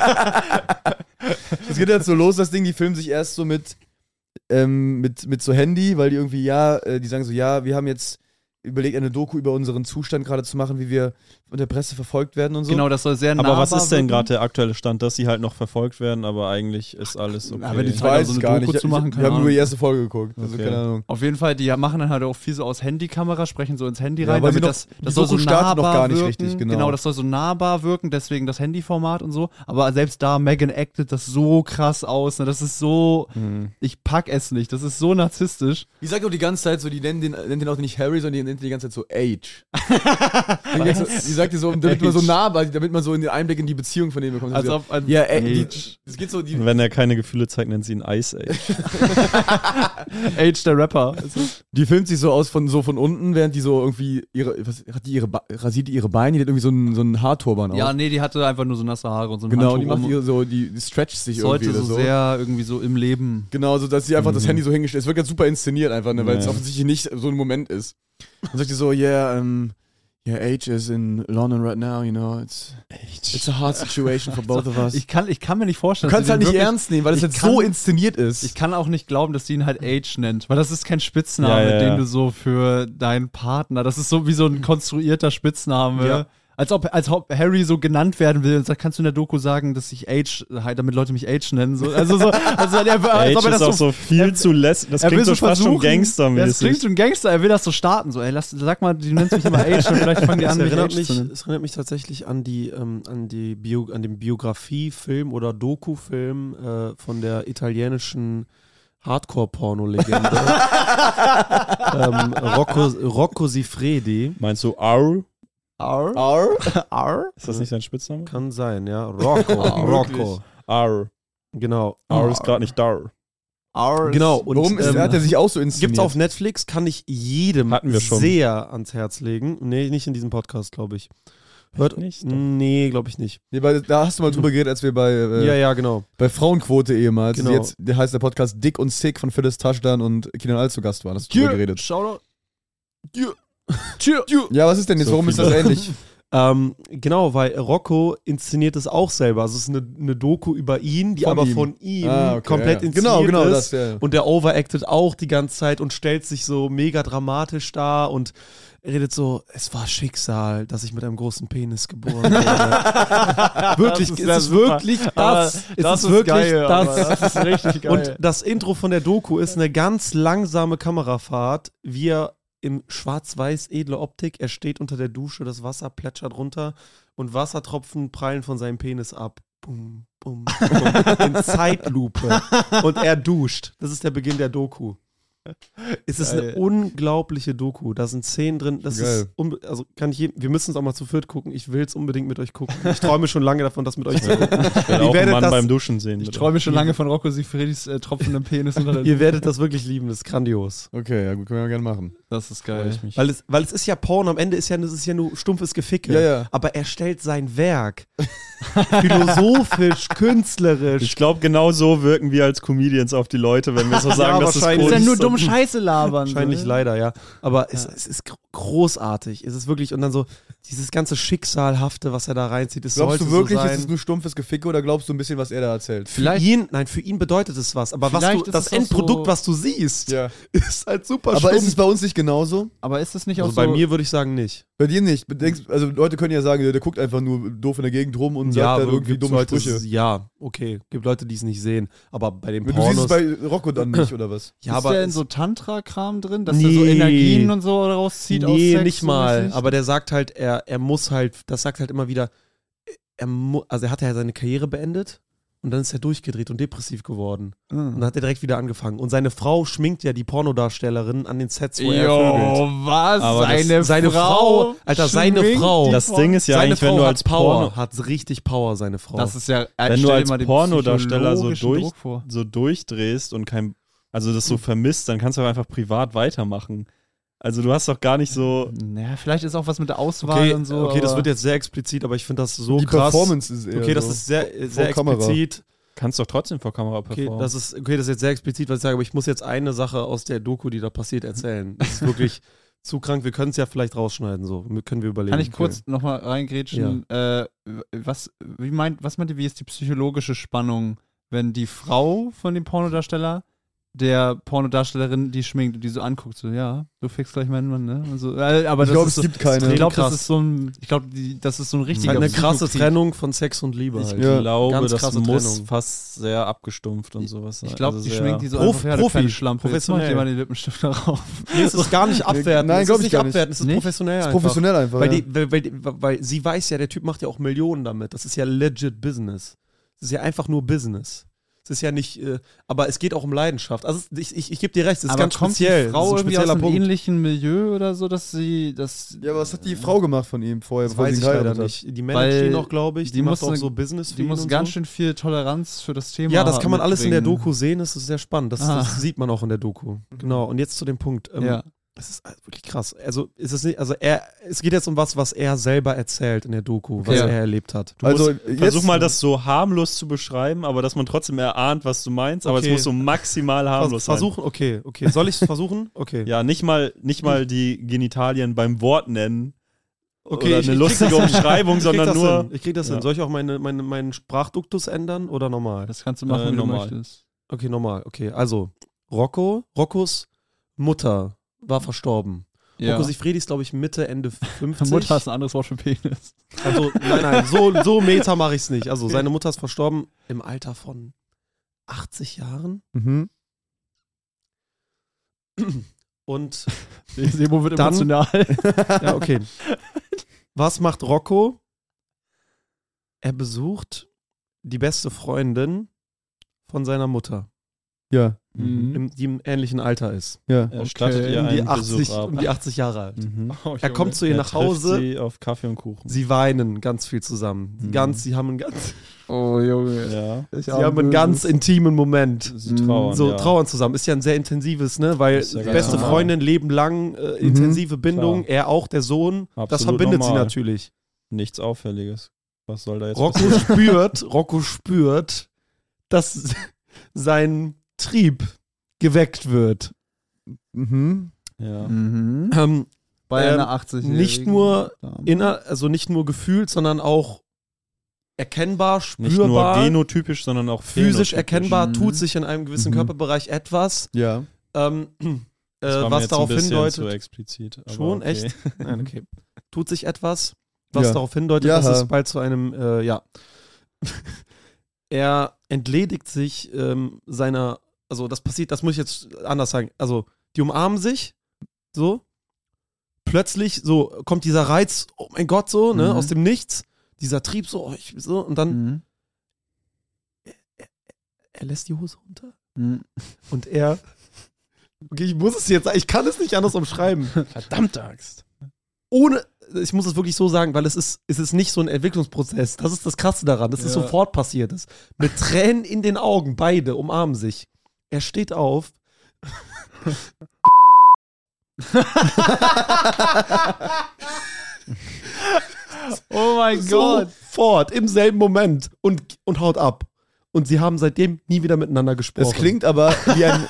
Es geht jetzt so los, das Ding, die filmen sich erst so mit, ähm, mit, mit so Handy, weil die irgendwie, ja, äh, die sagen so, ja, wir haben jetzt überlegt, eine Doku über unseren Zustand gerade zu machen, wie wir von der Presse verfolgt werden und so. genau, das soll sehr nahbar Aber was ist denn wirken. gerade der aktuelle Stand, dass sie halt noch verfolgt werden, aber eigentlich ist alles okay. aber die Ich zwei- weiß so es eine gar Doku nicht. zu machen, wir keine haben nur Ahnung. die erste Folge geguckt, also Okay. keine Ahnung. Auf jeden Fall, die machen dann halt auch viel so aus Handykamera, sprechen so ins Handy Ja, rein, weil sie damit noch- das, die das soll so Doku startet nahbar noch gar nicht wirken. richtig, genau. Genau, das soll so nahbar wirken, deswegen das Handyformat und so. Aber selbst da, Megan actet das so krass aus, ne? Das ist so, Mhm. ich pack es nicht, das ist so narzisstisch. Die sagt auch die ganze Zeit so, die nennen den, nennen den auch nicht Harry, sondern die nennt den die ganze Zeit so Age. die, ganze, die sagt die so, damit man so nah war, damit man so einen Einblick in die Beziehung von denen bekommt. Als Also, ob ein ja, ey, die, Age. es geht so, die, Und wenn er keine Gefühle zeigt, nennt sie ihn Ice Age. Age der Rapper. Also, die filmt sich so aus von so von unten, während die so irgendwie ihre, was, hat die ihre, Ba- rasiert die ihre Beine, die hat irgendwie so einen, so einen Haarturban auf. ja, nee, die hatte einfach nur so nasse Haare und so ein genau, Handtuch die macht um. ihre so, die, die stretcht sich Sollte irgendwie so oder so. sehr irgendwie so im Leben. Genau, so dass sie einfach das Mhm. Handy so hingestellt. Es wird ganz super inszeniert einfach, ne, weil es Ja. offensichtlich nicht so ein Moment ist. Dann sagt die so, yeah, um, yeah, Age is in London right now, you know, it's it's a hard situation for both of us. Ich kann, ich kann mir nicht Du vorstellen, kannst dass halt sie nicht den wirklich- ernst nehmen, weil es ich jetzt kann- so inszeniert ist. Ich kann auch nicht glauben, dass sie ihn halt Age nennt, weil das ist kein Spitzname, Ja, ja, ja. den du so für deinen Partner, das ist so wie so ein konstruierter Spitzname. Ja. Als ob, als ob Harry so genannt werden will und sagt, kannst du in der Doku sagen, dass ich Age, halt, damit Leute mich Age nennen. So, also so, also er, als Age ob er das ist auch so, so viel er- zu lässig. Das er will klingt so so fast schon versuchen, das gangstermäßig. klingt schon Gangster, er will das so starten. So, ey, lass, sag mal, du nennst mich immer Age und vielleicht fangen die Es an, mich erinnert, Age mich, zu nennen. es erinnert mich tatsächlich an die ähm, an die Bio, an den Biografiefilm oder Dokufilm äh, von der italienischen Hardcore-Porno-Legende. ähm, Rocco, Rocco Siffredi. Meinst du Ar? Ar? Ar? Ar? Ist das nicht sein Spitzname? Kann sein, ja. Rocco. Oh, Rocco. Ar. Genau. Ar ist gerade nicht dar. Ar? Genau. Und, Warum ist, ähm, hat er sich auch so inszeniert? Gibt's auf Netflix, kann ich jedem Hatten wir schon. sehr ans Herz legen. Nee, nicht in diesem Podcast, glaube ich. Hört nicht? Nee, glaube ich nicht. Nee, weil da hast du mal drüber geredet, als wir bei, äh, Ja, ja, genau. bei Frauenquote ehemals. Genau. Jetzt der heißt der Podcast Dick und Sick von Phyllis Taschdan und Kinan Al zu Gast waren. Hast du drüber geredet? Shoutout. Ja, was ist denn jetzt? So Warum ist das viele. ähnlich? Ähm, genau, weil Rocco inszeniert es auch selber. Also es ist eine, eine Doku über ihn, die Von aber ihm. von ihm Ah, okay, komplett ja. inszeniert Genau, genau, ist. das, ja. Und der overacted auch die ganze Zeit und stellt sich so mega dramatisch dar und redet so, es war Schicksal, dass ich mit einem großen Penis geboren wurde. Wirklich, Das ist es ja ist super. wirklich Aber das. Es das ist ist wirklich geil, aber das. das ist richtig geil. Und das Intro von der Doku ist eine ganz langsame Kamerafahrt, wie er im schwarz-weiß edle Optik, er steht unter der Dusche, das Wasser plätschert runter und Wassertropfen prallen von seinem Penis ab. Bum, bum, bum, in Zeitlupe. Und er duscht. Das ist der Beginn der Doku. Es ist eine Geil. unglaubliche Doku. Da sind Szenen drin. Das Geil. ist unbe- also kann ich jedem, wir müssen es auch mal zu viert gucken. Ich will es unbedingt mit euch gucken. Ich träume schon lange davon, das mit euch zu gucken. Ich will Ihr auch werdet einen Mann das- beim Duschen sehen. ich bitte. träume schon lange von Rocco Siffredis äh, tropfendem Penis unter der Ihr werdet das wirklich lieben. Das ist grandios. Okay, ja gut, können wir gerne machen. Das ist Freue geil. ich mich. Weil es, weil es ist ja Porn, am Ende ist ja, das ist ja nur stumpfes Geficke. Ja, ja. Aber er stellt sein Werk philosophisch, künstlerisch. Ich glaube, genau so wirken wir als Comedians auf die Leute, wenn wir so sagen, Ja, dass es wahrscheinlich. cool Ist ja nur ist. dumm Scheiße labern. Wahrscheinlich so, ne? leider, ja. Aber es, es ist gr- großartig. Es ist wirklich, und dann so dieses ganze Schicksalhafte, was er da reinzieht. Es Glaubst du sollte wirklich, so sein. ist es nur stumpfes Geficke oder glaubst du ein bisschen, was er da erzählt? Für Vielleicht- ihn, nein, für ihn bedeutet es was. Aber was Vielleicht du, ist das es auch Endprodukt, so- was du siehst, Ja. ist halt super Aber stumpf. ist es bei uns nicht genauso? Aber ist es nicht Also auch bei so... mir würde ich sagen nicht. Bei dir nicht. Denkst, also Leute können ja sagen, der, der guckt einfach nur doof in der Gegend rum und sagt dann aber irgendwie gibt's dumme Leute, Sprüche. Ja, okay. Gibt Leute, die es nicht sehen. Aber bei den Du siehst es Pornos... bei Rocco dann nicht, oder was? ja, ist aber der in es- so Tantra-Kram drin, dass er so Nee. Energien und so rauszieht aus Nee, Sex? nicht so mal. mäßig? Aber der sagt halt, er, er muss halt, das sagt halt immer wieder, er mu- also er hat ja seine Karriere beendet und dann ist er durchgedreht und depressiv geworden. Und Ah. dann hat er direkt wieder angefangen. Und seine Frau schminkt ja die Pornodarstellerin an den Sets, wo er vögelt. Jo, was? Aber das- Seine, Seine Frau, Alter, seine schminkt Frau. die Das Frau? Ding ist ja seine eigentlich, Frau wenn du hat als Power, Porno, hat richtig Power, seine Frau. Das ist ja... wenn stell du dir als mal den Pornodarsteller so, psychologischen durch, Druck vor. so durchdrehst und kein, also das so Hm. vermisst, dann kannst du auch einfach privat weitermachen. Also du hast doch gar nicht so, Naja, vielleicht ist auch was mit der Auswahl okay, und so. okay, das aber- wird jetzt sehr explizit, aber ich finde das so Die krass. Performance ist eher Okay, das so. ist sehr, sehr Kamera. explizit. kannst doch trotzdem vor Kamera Okay, performen. das ist, okay, das ist jetzt sehr explizit, was ich sage, aber ich muss jetzt eine Sache aus der Doku, die da passiert, erzählen. Das ist wirklich zu krank. Wir können es ja vielleicht rausschneiden, so. Können wir überlegen. Kann ich kurz nochmal reingrätschen? Äh, was, wie meint, was meint ihr, wie ist die psychologische Spannung, wenn die Frau von dem Pornodarsteller der Pornodarstellerin die schminkt und die so anguckt, so, ja, du fickst gleich meinen Mann, ne? Und so, äh, aber Ich das glaube, ist es so, gibt keine. ich glaube, krass. das ist so ein, ich glaube, die- das ist so ein Das ist richtiger halt eine krasse Psychokrieg. Trennung von Sex und Liebe Ich halt. Ja. glaube, Ganz das krasse muss Trennung. fast sehr abgestumpft und sowas sein. Ich glaube, Also die sehr- schminkt die so Prof- einfach, ja, du Profi, kleine Schlampe, jetzt mach ich professionell. dir mal den Lippenstift darauf. Nee, es ist gar nicht abwertend. Nein, es glaub ist ich nicht gar nicht. abwertend, es ist Nicht? professionell Das ist einfach. professionell einfach. Weil, ja. die, weil, weil, weil sie weiß ja, der Typ macht ja auch Millionen damit. Das ist ja legit Business. Das ist ja einfach nur Business. Es ist ja nicht, äh, aber es geht auch um Leidenschaft. Also es- ich, ich, ich gebe dir recht, es ist Aber ganz kommt speziell. die Das Frau ist ein irgendwie aus spezieller einem Punkt. ähnlichen Milieu oder so, dass sie, dass ja, aber was hat die Frau gemacht von ihm vorher, Das bevor weiß sie ich ihn leider geheiratet hat? nicht. Die managt Weil ihn auch, glaube ich. Die, die macht muss auch eine- so Business für die ihn muss und ganz so. schön viel Toleranz für das Thema Ja, das kann man alles in der mitbringen. Doku sehen. Das ist sehr spannend. Das, Ah. das sieht man auch in der Doku. Genau. Und jetzt zu dem Punkt. Ähm, Ja. Es ist wirklich krass. Also ist es nicht, also er, es geht jetzt um was, was er selber erzählt in der Doku, was Ja. er erlebt hat. Du Also, musst, jetzt- versuch mal, das so harmlos zu beschreiben, aber dass man trotzdem erahnt, was du meinst, aber Okay. es muss so maximal harmlos Vers- sein. versuchen, okay, okay. Soll ich es versuchen? Okay. Ja, nicht mal, nicht mal die Genitalien beim Wort nennen. Okay, oder ich- eine ich lustige krieg das hin. Umschreibung, Ich krieg sondern das nur. hin. Ich krieg das Ja. hin. Soll ich auch meine, meine, meinen Sprachduktus ändern oder normal? Das kannst du machen, Äh, wie normal. du möchtest. Okay, normal. Okay, also Rocco, Roccos Mutter war verstorben. Ja. Rocco Siffredi ist, glaube ich, Mitte, Ende fünfzig. Mutter ist ein anderes Wort für Penis. Also, nein, nein, so, so meta mache ich es nicht. Also, seine Mutter ist verstorben im Alter von achtzig Jahren. Mhm. Und, Sebo wird Dann- emotional. ja, okay. Was macht Rocco? Er besucht die beste Freundin von seiner Mutter. Ja, Mhm. im, die im ähnlichen Alter ist. ja. Erstattet Okay. ihr Um die, einen achtzig, Besuch ab. um die achtzig Jahre alt. Mhm. Oh, Er kommt zu ihr Er nach trifft Hause. Sie auf Kaffee und Kuchen. Sie weinen ganz viel zusammen. Mhm. Ganz, sie haben einen ganz, Oh, Junge. Ja, sie haben einen ganz intimen Moment. sie trauern. So ja. trauern zusammen. Ist ja ein sehr intensives, ne? Weil Ist ja ganz beste normal. Freundin, Leben lang, äh, intensive Bindung, Klar. er auch, der Sohn. das Absolut verbindet sie normal. natürlich. Nichts Auffälliges. Was soll da jetzt Rocco passieren? spürt, Rocco spürt, dass sein Trieb geweckt wird. Mhm. Ja. Mhm. Ähm, Bei Ähm, einer achtzig nicht nur inner, also nicht nur gefühlt, sondern auch erkennbar, Nicht nur spürbar, genotypisch, sondern auch physisch phänotypisch. erkennbar, Mhm. tut sich in einem gewissen Mhm. Körperbereich etwas, Ja. ähm, äh, Das war mir was jetzt darauf ein bisschen hindeutet. zu explizit. aber Schon, okay. echt? Nein, okay. Tut sich etwas, was Ja. darauf hindeutet, Ja. dass es bald zu einem, äh, ja. Er entledigt sich ähm, seiner, also das passiert, das muss ich jetzt anders sagen, also die umarmen sich, so, plötzlich so kommt dieser Reiz, oh mein Gott, so, ne, Mhm. aus dem Nichts, dieser Trieb, so, oh, ich, so, und dann, Mhm. er lässt die Hose runter Mhm. und er, okay, ich muss es jetzt, ich kann es nicht anders umschreiben. Verdammte Axt. Ohne, ich muss es wirklich so sagen, weil es ist, es ist nicht so ein Entwicklungsprozess. Das ist das Krasse daran, dass es Ja. sofort passiert ist. Mit Tränen in den Augen, beide umarmen sich. Er steht auf. Oh mein Gott. Sofort, im selben Moment und, und haut ab. Und sie haben seitdem nie wieder miteinander gesprochen. Das klingt aber wie ein.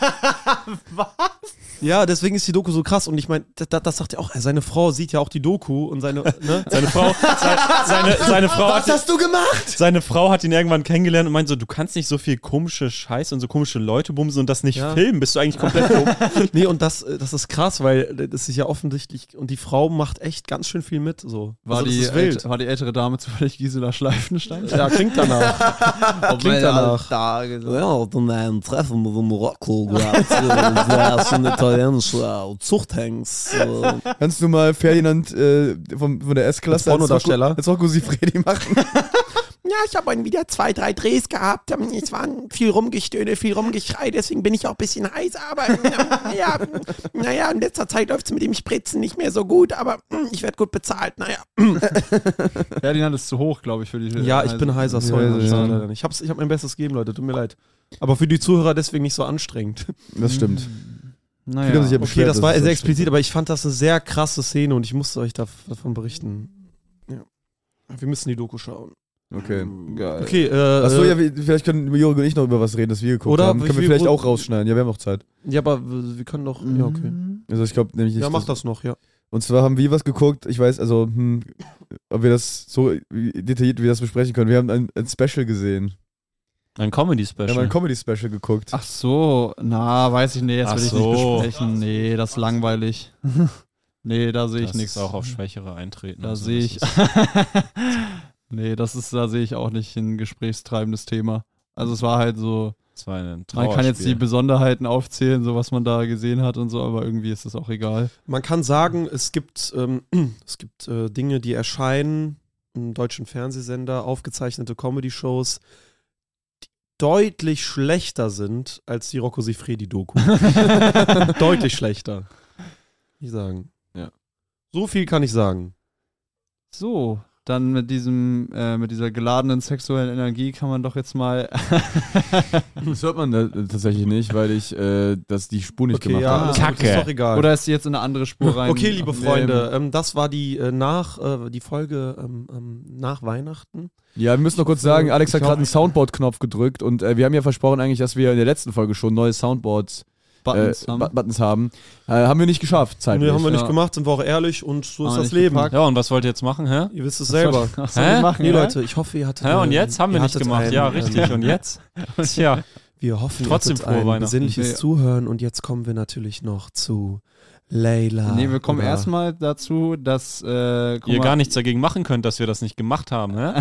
Ja, deswegen ist die Doku so krass. Und ich meine, das, das sagt er auch, seine Frau sieht ja auch die Doku und seine, ne? Seine Frau, seine, seine, seine Frau hat, hast du gemacht? seine Frau hat ihn irgendwann kennengelernt und meint so, du kannst nicht so viel komische Scheiße und so komische Leute bumsen und das nicht Ja. filmen. Bist du eigentlich komplett dumm? Nee, und das, das ist krass, weil das ist ja offensichtlich, und die Frau macht echt ganz schön viel mit. So. War, Also, das die ist wild. ält- war die ältere Dame zufällig Gisela Schleifenstein? Ja, klingt danach. Klingt danach. Tage so. Ja, dann ein Treffen mit dem Rocco gehabt. Der ist ein italienischer Zuchthengst. äh, Kannst du mal Ferdinand äh, vom, von der S-Klasse Als Pornodarsteller? als Rocco Siffredi machen? Ja, ich habe dann wieder zwei, drei Drehs gehabt. Ähm, Es war viel Rumgestöhne, viel Rumgeschrei, deswegen bin ich auch ein bisschen heiß. Aber ähm, ja, naja, in letzter Zeit läuft es mit dem Spritzen nicht mehr so gut, aber ähm, ich werde gut bezahlt. Naja. Ferdinand ist zu hoch, glaube ich, für die Ja, ich bin heißer, sorry. Ja, Mann, ja. ich sag leider nicht. Ich hab's, ich hab mein Bestes gegeben, Leute, tut mir leid. Aber für die Zuhörer deswegen nicht so anstrengend. Das stimmt. Naja. Viele haben sich ja Okay, beschwert, das dass war es so sehr stimmt. explizit, aber ich fand das eine sehr krasse Szene und ich musste euch dav- davon berichten. Ja. Wir müssen die Doku schauen. Okay, geil. Okay, äh. Achso, äh, ja, wir- vielleicht können Jörg und ich noch über was reden, das wir geguckt Oder haben. wie Können wir viel vielleicht Uhr- auch rausschneiden. Ja, wir haben noch Zeit. ja, aber wir wir können doch. Ja, okay. Also ich glaube nämlich nicht. Ja, mach dass- das noch, ja. Und zwar haben wir was geguckt, ich weiß, also, hm, ob wir das so detailliert wie wir das besprechen können. Wir haben ein, ein Special gesehen. Ein Wir haben Comedy-Special. ein Comedy-Special geguckt. Ach so, na, weiß ich nicht, jetzt Ach will ich so. nicht besprechen. Nee, das ist langweilig. Nee, da sehe ich das nichts. ist auch auf Schwächere eintreten. Da und so. sehe Das ich. ist- Nee, das ist, da sehe ich auch nicht ein gesprächstreibendes Thema. Also es war halt so, Das war ein man kann jetzt die Trauerspiel. Besonderheiten aufzählen, so was man da gesehen hat und so, aber irgendwie ist es auch egal. Man kann sagen, es gibt, ähm, es gibt äh, Dinge, die erscheinen im deutschen Fernsehsender, aufgezeichnete Comedy-Shows, die deutlich schlechter sind als die Rocco Siffredi-Doku. Deutlich schlechter. Ich sagen. Ja. So viel kann ich sagen. So, dann mit diesem, äh, mit dieser geladenen sexuellen Energie kann man doch jetzt mal. Das hört man äh, tatsächlich nicht, weil ich äh, das die Spur nicht Okay, gemacht ja, habe. alles gut, ist doch egal. Oder ist sie jetzt in eine andere Spur rein? Okay, liebe Nee, Freunde, ähm, das war die äh, nach äh, die Folge ähm, ähm, nach Weihnachten. Ja, wir müssen noch kurz sagen, Alex hat gerade einen Soundboard-Knopf gedrückt und äh, wir haben ja versprochen eigentlich, dass wir in der letzten Folge schon neue Soundboards Buttons äh, haben. Bu- Buttons haben. Äh, haben wir nicht geschafft, zeitlich. Nee, haben wir nicht ja. gemacht, sind wir auch ehrlich und so ist Haben wir das nicht Leben. gepackt. Ja, und was wollt ihr jetzt machen, hä? Ihr wisst es selber. Was soll Hä? ich machen? Nee, hä? Leute, ich hoffe, ihr hattet. Hä, und äh, jetzt haben wir ihr nicht hattet gemacht. ein, Ja, richtig. ähm, Und jetzt? Tja. Wir hoffen, Trotzdem ihr hattet frohe ein Weihnachten. besinnliches Ja. Zuhören und jetzt kommen wir natürlich noch zu Layla. Nee, wir kommen oder- erstmal dazu, dass äh, guck Ihr mal, gar nichts dagegen machen könnt, dass wir das nicht gemacht haben, hä?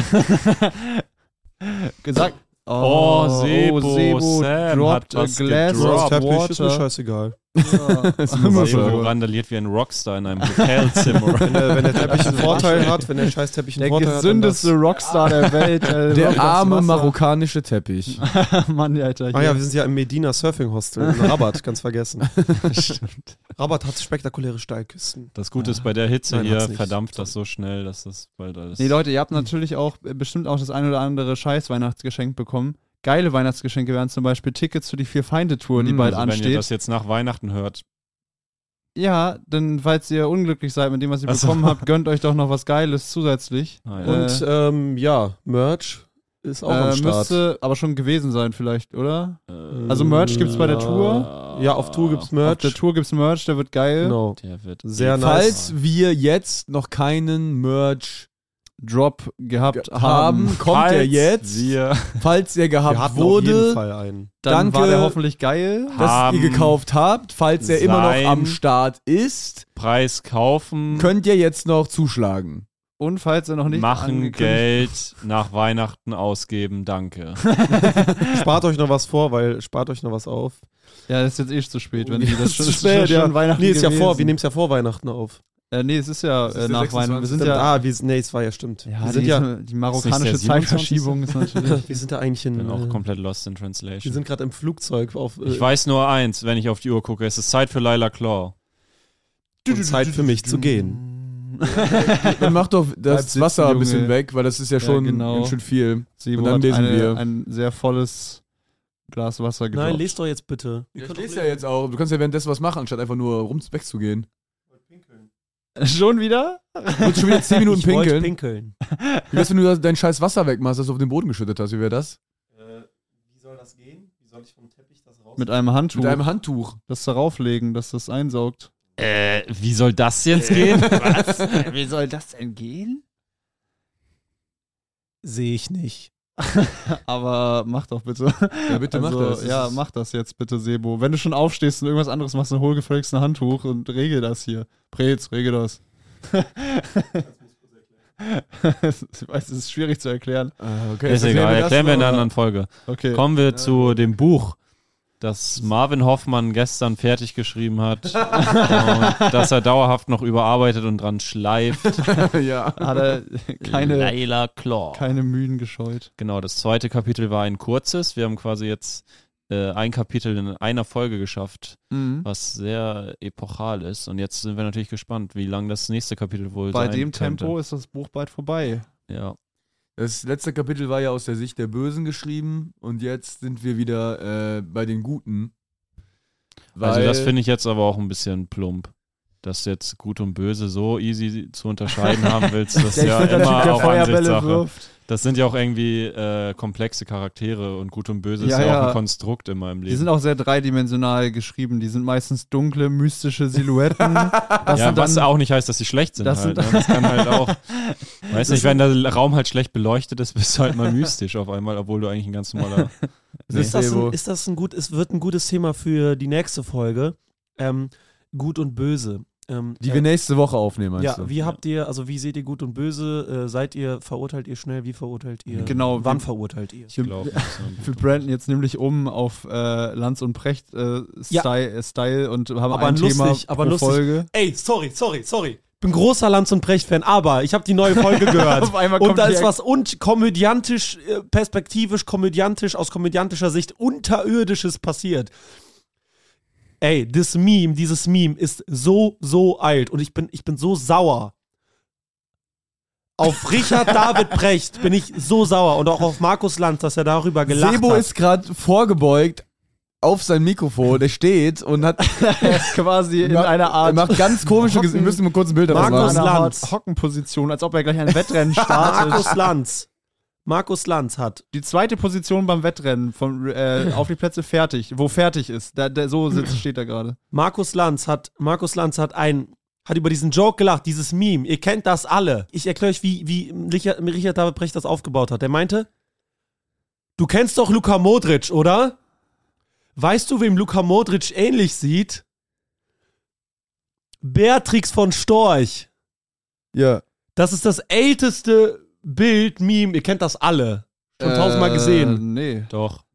gesagt. Oh, Sebo, Sam dropped hat a was glass gedroppt. of Teppich ist mir water. scheißegal. Ja. Das ist nur Immer Wasser. Sebo randaliert wie ein Rockstar in einem Hotelzimmer. Wenn der, wenn der Teppich einen Vorteil hat, wenn der scheiß Teppich einen Der Vorteil gesündeste Rockstar der Welt. Äh, Der wirft arme das Wasser. marokkanische Teppich. Mann, Alter. hat. Ah ja, wir sind ja im Medina Surfing Hostel in Rabat, ganz vergessen. Rabat hat spektakuläre Steilküsten. Das Gute ist, bei der Hitze Nein, hier hat's nicht. verdampft das so schnell, dass das bald alles... Nee, Leute, ihr habt natürlich auch äh, bestimmt auch das ein oder andere Scheiß-Weihnachtsgeschenk bekommen. Geile Weihnachtsgeschenke wären zum Beispiel Tickets für die Vier-Feinde-Tour, die Mm, bald also wenn ihr ansteht. das jetzt nach Weihnachten hört, Ja, denn falls ihr unglücklich seid mit dem, was ihr Ach so. bekommen habt, gönnt euch doch noch was Geiles zusätzlich. Ah, ja. Äh, Und ähm, ja, Merch ist auch am äh, Start. müsste aber schon gewesen sein vielleicht, oder? äh, Also Merch gibt's bei der Ja. Tour. Ja, auf Tour gibt's Auf Merch. der Tour gibt's Merch, der wird geil. Genau. Der wird Sehr nice. Falls wir jetzt noch keinen Merch Drop gehabt ge- haben, haben, kommt Falls er jetzt. wir Falls er Wir gehabt hatten auf jeden wurde, Fall einen. dann Danke. war der hoffentlich geil. dass haben ihr gekauft habt. Falls er immer noch sein- am Start ist, Preis kaufen, könnt ihr jetzt noch zuschlagen. Und falls er noch nicht machen, angekündigt- Geld nach Weihnachten ausgeben, danke. Spart euch noch was vor, weil spart euch noch was auf. Ja, das ist jetzt eh zu spät, wenn die das schon, Zu ist schon spät, ja. Weihnachten Nee, ist ja vor, wir gewesen. nehmen es ja vor Weihnachten auf. Äh, nee, es ist ja Das ist äh, der nach sechsundzwanzigste. Weihnachten. Wir sind Stimmt, ja, ah, wir, nee, es war ja stimmt. ja, wir, sind die, ja die marokkanische Ist nicht der Zeitverschiebung ist natürlich. wir sind ja eigentlich in. Bin auch äh, komplett lost in wir translation. sind gerade im Flugzeug auf. Äh, Ich weiß nur eins, wenn ich auf die Uhr gucke, es ist Zeit für Lila Claw. und Zeit für mich zu gehen. Dann macht doch Bleib das sitzen, Wasser ein bisschen Junge. weg, weil das ist ja schon Ja, genau. ganz schön viel. Sebo Und dann hat lesen eine, wir. ein sehr volles Glas Wasser gedroppt. Nein, lest doch jetzt bitte. Ihr Ich könnt doch lese ja lesen. jetzt auch. Du kannst ja währenddessen was machen, anstatt einfach nur rum wegzugehen. Schon wieder? Du willst schon wieder zehn Minuten Ich wollte pinkeln. pinkeln. Wie wär's, wenn du dein scheiß Wasser wegmachst, das du auf den Boden geschüttet hast? Wie wäre das? Äh, wie soll das gehen? Wie soll ich vom Teppich das raus? Mit einem Handtuch. Mit einem Handtuch. das darauf legen, dass das einsaugt. Äh, wie soll das jetzt gehen? Was? Wie soll das denn gehen? Sehe ich nicht. Aber mach doch bitte. Ja, bitte also, mach das. Ja, mach das jetzt bitte, Sebo. Wenn du schon aufstehst und irgendwas anderes machst, dann hol gefälligst ein Handtuch und regel das hier. Prez, regel das. Ich weiß, es ist schwierig zu erklären. Ah, okay, Ist jetzt egal, das erklären wir in mal. einer anderen Folge. Okay. Kommen wir zu dem Buch, das Marvin Hoffmann gestern fertig geschrieben hat. Und das er dauerhaft noch überarbeitet und dran schleift. Ja. Hat er keine, Lila Claw. keine Mühen gescheut. Genau, das zweite Kapitel war ein kurzes. Wir haben quasi jetzt äh, ein Kapitel in einer Folge geschafft, Mhm. was sehr epochal ist. Und jetzt sind wir natürlich gespannt, wie lang das nächste Kapitel wohl Bei sein dem könnte. Tempo ist das Buch bald vorbei. Ja. Das letzte Kapitel war ja aus der Sicht der Bösen geschrieben und jetzt sind wir wieder äh, bei den Guten. Also Weil- das finde ich jetzt aber auch ein bisschen plump. Dass jetzt Gut und Böse so easy zu unterscheiden haben willst, das ist ja immer auch Ansichtssache. Das sind ja auch irgendwie äh, komplexe Charaktere und Gut und Böse Ja, ist ja, ja. auch ein Konstrukt immer im Die Leben. sind auch sehr dreidimensional geschrieben. Die sind meistens dunkle, mystische Silhouetten. Das ja, sind was dann, auch nicht heißt, dass sie schlecht sind. das halt, sind- ne? Das kann halt auch, weiß nicht, wenn der Raum halt schlecht beleuchtet ist, bist du halt mal mystisch auf einmal, obwohl du eigentlich ein ganz normaler... Nee. Ist, das Sebo. ein, ist das ein gut, es wird ein gutes Thema für die nächste Folge. Ähm, Gut und Böse. Ähm, Die äh, wir nächste Woche aufnehmen, meinst Ja, du? wie habt ihr, also wie seht ihr Gut und Böse? Äh, seid ihr, verurteilt ihr schnell? Wie verurteilt ihr? Genau, Wann wie- verurteilt ihr? Ich glaube, für Brandon jetzt nämlich um auf äh, Lanz und Precht äh, Ja. Style, äh, Style und haben Aber ein Thema lustig, aber pro lustig. Folge. Ey, sorry, sorry, sorry. Ich bin großer Lanz und Precht-Fan, aber ich habe die neue Folge gehört. Auf einmal Und kommt da die ist Ex- was un komödiantisch, äh, perspektivisch, komödiantisch, aus komödiantischer Sicht unterirdisches passiert. Ey, das Meme, dieses Meme ist so, so alt und ich bin, ich bin so sauer. Auf Richard David Precht bin ich so sauer und auch auf Markus Lanz, dass er darüber gelacht Sebo hat. ist gerade vorgebeugt auf sein Mikrofon, der steht und hat Er ist quasi in macht- einer Art er macht ganz komische Hocken- Gesichter. Wir müssen mal kurz ein Bild davon Markus in machen. einer Lanz. Art Hockenposition, als ob er gleich ein Wettrennen startet. Markus Lanz. Markus Lanz hat Die zweite Position beim Wettrennen von äh, auf die Plätze fertig, wo fertig ist. Da, da, so sitzt, steht er gerade. Markus Lanz hat, Markus Lanz hat ein, hat über diesen Joke gelacht, dieses Meme. Ihr kennt das alle. Ich erkläre euch, wie, wie Richard, Richard David Precht das aufgebaut hat. Der meinte, du kennst doch Luka Modric, oder? Weißt du, wem Luka Modric ähnlich sieht? Beatrix von Storch. Ja. Das ist das älteste Bild, Meme. Ihr kennt das alle. Schon tausendmal Äh, gesehen. Nee. Doch, ja.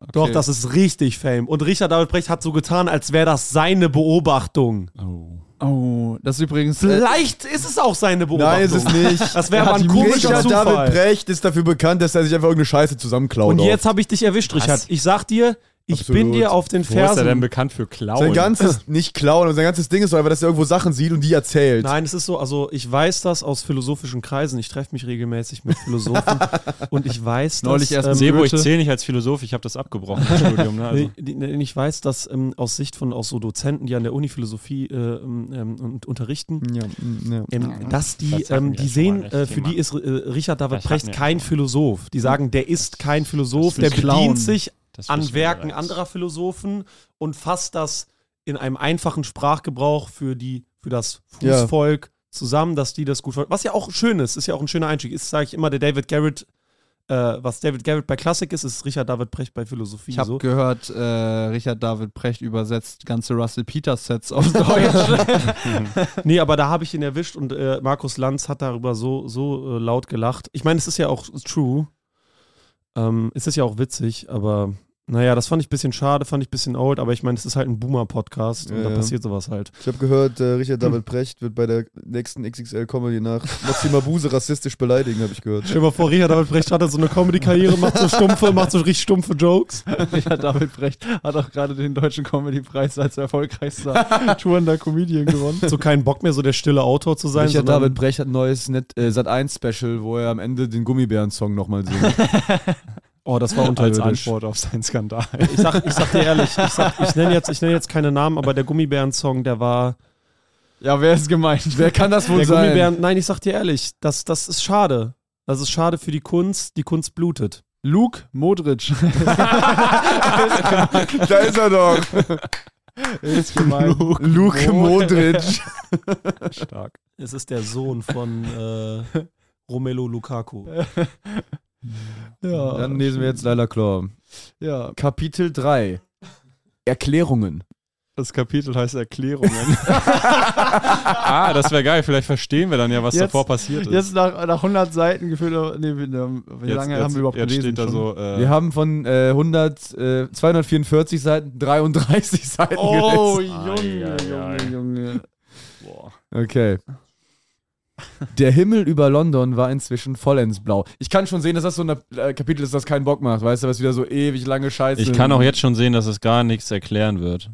Doch, das ist richtig Fame. Und Richard David Brecht hat so getan, als wäre das seine Beobachtung. Oh. Oh, das ist übrigens. Vielleicht ist es auch seine Beobachtung. Nein, ist es nicht. Das wäre aber ein komischer Richard Zufall. David Brecht ist dafür bekannt, dass er sich einfach irgendeine Scheiße zusammenklaut. Und auch. jetzt habe ich dich erwischt, Richard. Ich sag dir, ich Absolut. bin dir auf den Wo ist er denn Fersen. bekannt für Klauen? Sein ganzes, nicht klauen, aber sein ganzes Ding ist so einfach, dass er irgendwo Sachen sieht und die erzählt. Nein, es ist so, also ich weiß das aus philosophischen Kreisen. Ich treffe mich regelmäßig mit Philosophen und ich weiß, dass... Neulich erst ähm, Sebo, ich Goethe. zähle nicht als Philosoph, ich habe das abgebrochen im Studium. Ne? Also. Nee, die- nee, ich weiß, dass ähm, aus Sicht von auch so Dozenten, die an der Uni Philosophie äh, ähm, und unterrichten, Ja, mm, ja. ähm, dass die, Das hatten ähm, wir die schon sehen, mal, das äh, für Thema. die ist äh, Richard David Das hatten Brecht wir kein schon. Philosoph. Die sagen, der ist kein Philosoph, Das der ist Clown. bedient sich Das an wissen wir Werken bereits. anderer Philosophen und fasst das in einem einfachen Sprachgebrauch für die für das Ja. Fußvolk zusammen, dass die das gut ver- was ja auch schön ist, ist ja auch ein schöner Einstieg. Ist, sage ich immer, der David Garrett, äh, was David Garrett bei Klassik ist, ist Richard David Brecht bei Philosophie. Ich habe so. gehört, äh, Richard David Brecht übersetzt ganze Russell Peters Sets auf Deutsch. Nee, aber da habe ich ihn erwischt und äh, Markus Lanz hat darüber so, so äh, laut gelacht. Ich meine, es ist ja auch true. Ähm, es ist ja auch witzig, aber naja, das fand ich ein bisschen schade, fand ich ein bisschen old, aber ich meine, es ist halt ein Boomer-Podcast und Ja, da ja. passiert sowas halt. Ich habe gehört, äh, Richard David Brecht wird bei der nächsten X X L-Comedy nach Maxi Mabuse rassistisch beleidigen, habe ich gehört. Stell dir mal vor, Richard David Brecht hat so eine Comedy-Karriere, macht so stumpfe, macht so richtig stumpfe Jokes. Richard David Brecht hat auch gerade den Deutschen Comedy-Preis als erfolgreichster tourender Comedian gewonnen. So keinen Bock mehr, so der stille Autor zu sein. Richard sondern- David Brecht hat ein neues Net, äh, Sat eins Special, wo er am Ende den Gummibären-Song nochmal singt. Oh, das war Als unterirdisch. Antwort auf seinen Skandal. Ich sag, ich sag dir ehrlich, ich, sag, ich nenne jetzt, ich nenn jetzt keine Namen, aber der Gummibären-Song, der war... Ja, wer ist gemeint? Wer kann das wohl Der sein? Gummibären, nein, ich sag dir ehrlich, das, das ist schade. Das ist schade für die Kunst, die Kunst blutet. Luke Modric. Da ist er doch. ist gemeint. Luke Modric. Stark. Es ist der Sohn von äh, Romelu Lukaku. Ja. Dann lesen wir jetzt Laila Claw. Ja. Kapitel drei. Erklärungen. Das Kapitel heißt Erklärungen. ah, das wäre geil. Vielleicht verstehen wir dann ja, was Jetzt- davor passiert ist. Jetzt nach, nach hundert Seiten gefühlt, nee, wie, wie Jetzt- lange jetzt, haben wir überhaupt jetzt gelesen? steht da schon? so, äh, Wir haben von äh, hundert, äh, zweihundertvierundvierzig Seiten dreiunddreißig Seiten Oh, gelesen. Junge, Ei, ei, ei. Junge, Junge. boah. Okay. Der Himmel über London war inzwischen vollends blau. Ich kann schon sehen, dass das so ein äh, Kapitel ist, das keinen Bock macht. Weißt du, was wieder so ewig lange Scheiße. Ich kann auch jetzt schon sehen, dass es gar nichts erklären wird.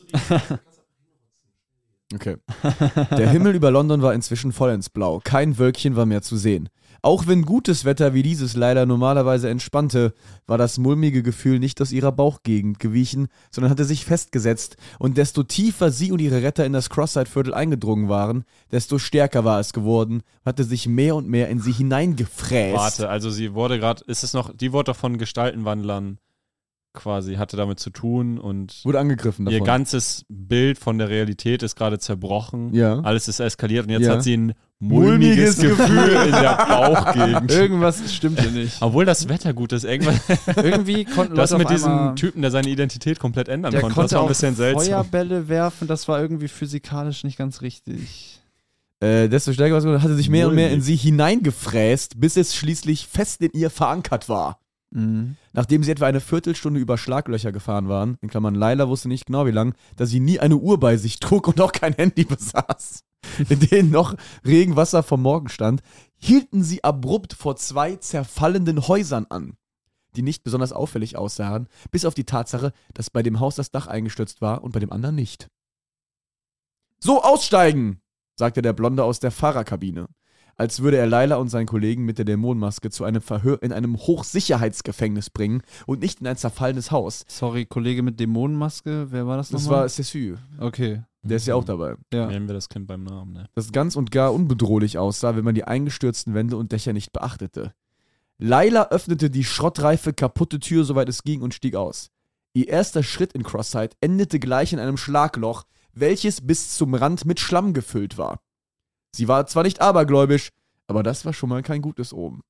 Okay. Der Himmel über London war inzwischen vollends blau. Kein Wölkchen war mehr zu sehen. Auch wenn gutes Wetter wie dieses leider normalerweise entspannte, war das mulmige Gefühl nicht aus ihrer Bauchgegend gewichen, sondern hatte sich festgesetzt. Und desto tiefer sie und ihre Retter in das Cross-Side-Viertel eingedrungen waren, desto stärker war es geworden, hatte sich mehr und mehr in sie hineingefräst. Warte, also sie wurde gerade, ist es noch, die wurde doch von Gestaltenwandlern quasi, hatte damit zu tun und Wurde angegriffen davon. ihr ganzes Bild von der Realität ist gerade zerbrochen. Ja. Alles ist eskaliert und jetzt Ja. hat sie ein mulmiges, Mulmiges Gefühl in der Bauchgegend. Irgendwas stimmte nicht. Obwohl das Wetter gut ist. Irgendwas, Irgendwie konnten das Leute mit auf diesem einmal, Typen, der seine Identität komplett ändern der konnte, konnte das war ein auch bisschen seltsam. Feuerbälle werfen, das war irgendwie physikalisch nicht ganz richtig. Äh, desto stärker war es geworden, hatte sich mehr und mehr in Mulmig. sie hineingefräst, bis es schließlich fest in ihr verankert war. Mhm. Nachdem sie etwa eine Viertelstunde über Schlaglöcher gefahren waren, in Klammern Laila wusste nicht genau wie lang, da sie nie eine Uhr bei sich trug und auch kein Handy besaß, in denen noch Regenwasser vom Morgen stand, hielten sie abrupt vor zwei zerfallenden Häusern an, die nicht besonders auffällig aussahen, bis auf die Tatsache, dass bei dem Haus das Dach eingestürzt war und bei dem anderen nicht. So, aussteigen, sagte der Blonde aus der Fahrerkabine, als würde er Laila und seinen Kollegen mit der Dämonenmaske zu einem Verhör in einem Hochsicherheitsgefängnis bringen und nicht in ein zerfallenes Haus. Sorry, Kollege mit Dämonenmaske, wer war das Das nochmal? war Cessu, Okay. der ist ja auch dabei. Ja. Nennen wir das Kind beim Namen, ne? Das ganz und gar unbedrohlich aussah, wenn man die eingestürzten Wände und Dächer nicht beachtete. Laila öffnete die schrottreife, kaputte Tür, soweit es ging, und stieg aus. Ihr erster Schritt in Cross-Side endete gleich in einem Schlagloch, welches bis zum Rand mit Schlamm gefüllt war. Sie war zwar nicht abergläubisch, aber das war schon mal kein gutes Omen.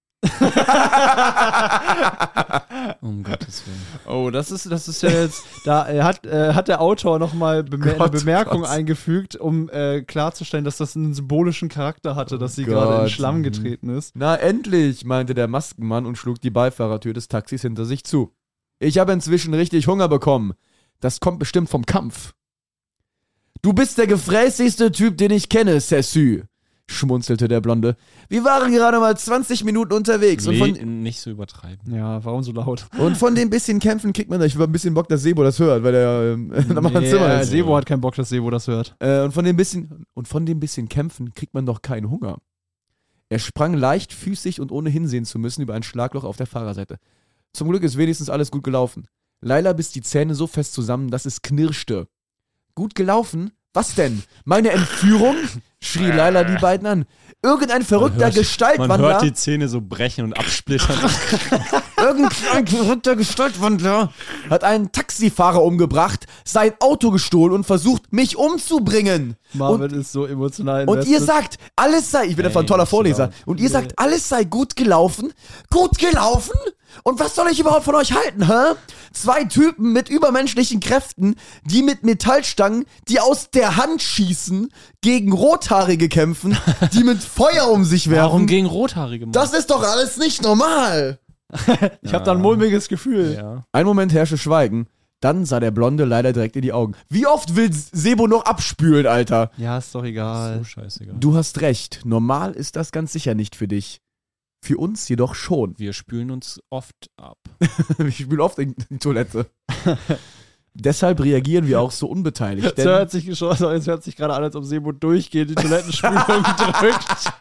Um Gottes Willen. Oh, das ist, das ist ja jetzt, da äh, hat, äh, hat der Autor nochmal bemer Gott, eine Bemerkung Gott. eingefügt, um äh, klarzustellen, dass das einen symbolischen Charakter hatte, dass sie Gott. gerade in Schlamm Mhm. getreten ist. Na endlich, meinte der Maskenmann und schlug die Beifahrertür des Taxis hinter sich zu. Ich habe inzwischen richtig Hunger bekommen. Das kommt bestimmt vom Kampf. Du bist der gefräßigste Typ, den ich kenne, Sessü, schmunzelte der Blonde. Wir waren gerade mal zwanzig Minuten unterwegs. Und Nee, von, nicht so übertreiben. Ja, warum so laut? und von dem bisschen Kämpfen kriegt man, ich war ein bisschen Bock, dass Sebo das hört, weil der ähm, in einem anderen Zimmer Ja, ist. Sebo hat keinen Bock, dass Sebo das hört. Äh, und, von dem bisschen, und von dem bisschen Kämpfen kriegt man doch keinen Hunger. Er sprang leichtfüßig und ohne hinsehen zu müssen über ein Schlagloch auf der Fahrerseite. Zum Glück ist wenigstens alles gut gelaufen. Laila biss die Zähne so fest zusammen, dass es knirschte. Gut gelaufen? Was denn? Meine Entführung? Schrie Laila die beiden an. Irgendein verrückter hört- Gestaltwandler. Man hört die Zähne so brechen und absplittern. Irgendein verrückter Gestaltwandler hat einen Taxifahrer umgebracht, sein Auto gestohlen und versucht, mich umzubringen. Marvin ist so emotional Und ihr invested. sagt, alles sei, ich bin einfach ein Ey, toller nicht so Vorleser, laut. und ihr sagt, alles sei gut gelaufen? Gut gelaufen? Und was soll ich überhaupt von euch halten, hä? Zwei Typen mit übermenschlichen Kräften, die mit Metallstangen, die aus der Hand schießen, gegen Rothaarige kämpfen, die mit Feuer um sich werfen. Warum gegen Rothaarige? Mann? Das ist doch alles nicht normal. Ich habe da ein mulmiges Gefühl. Ja. Ein Moment herrschte Schweigen. Dann sah der Blonde leider direkt in die Augen. Wie oft will Sebo noch abspülen, Alter? Ja, ist doch egal. So scheißegal. Du hast recht. Normal ist das ganz sicher nicht für dich. Für uns jedoch schon. Wir spülen uns oft ab. Ich spüle oft in die Toilette. Deshalb reagieren wir auch so unbeteiligt. Es Denn hört sich, schon- es hört sich gerade an, als ob Sebo durchgehend die Toilettenspülung drückt.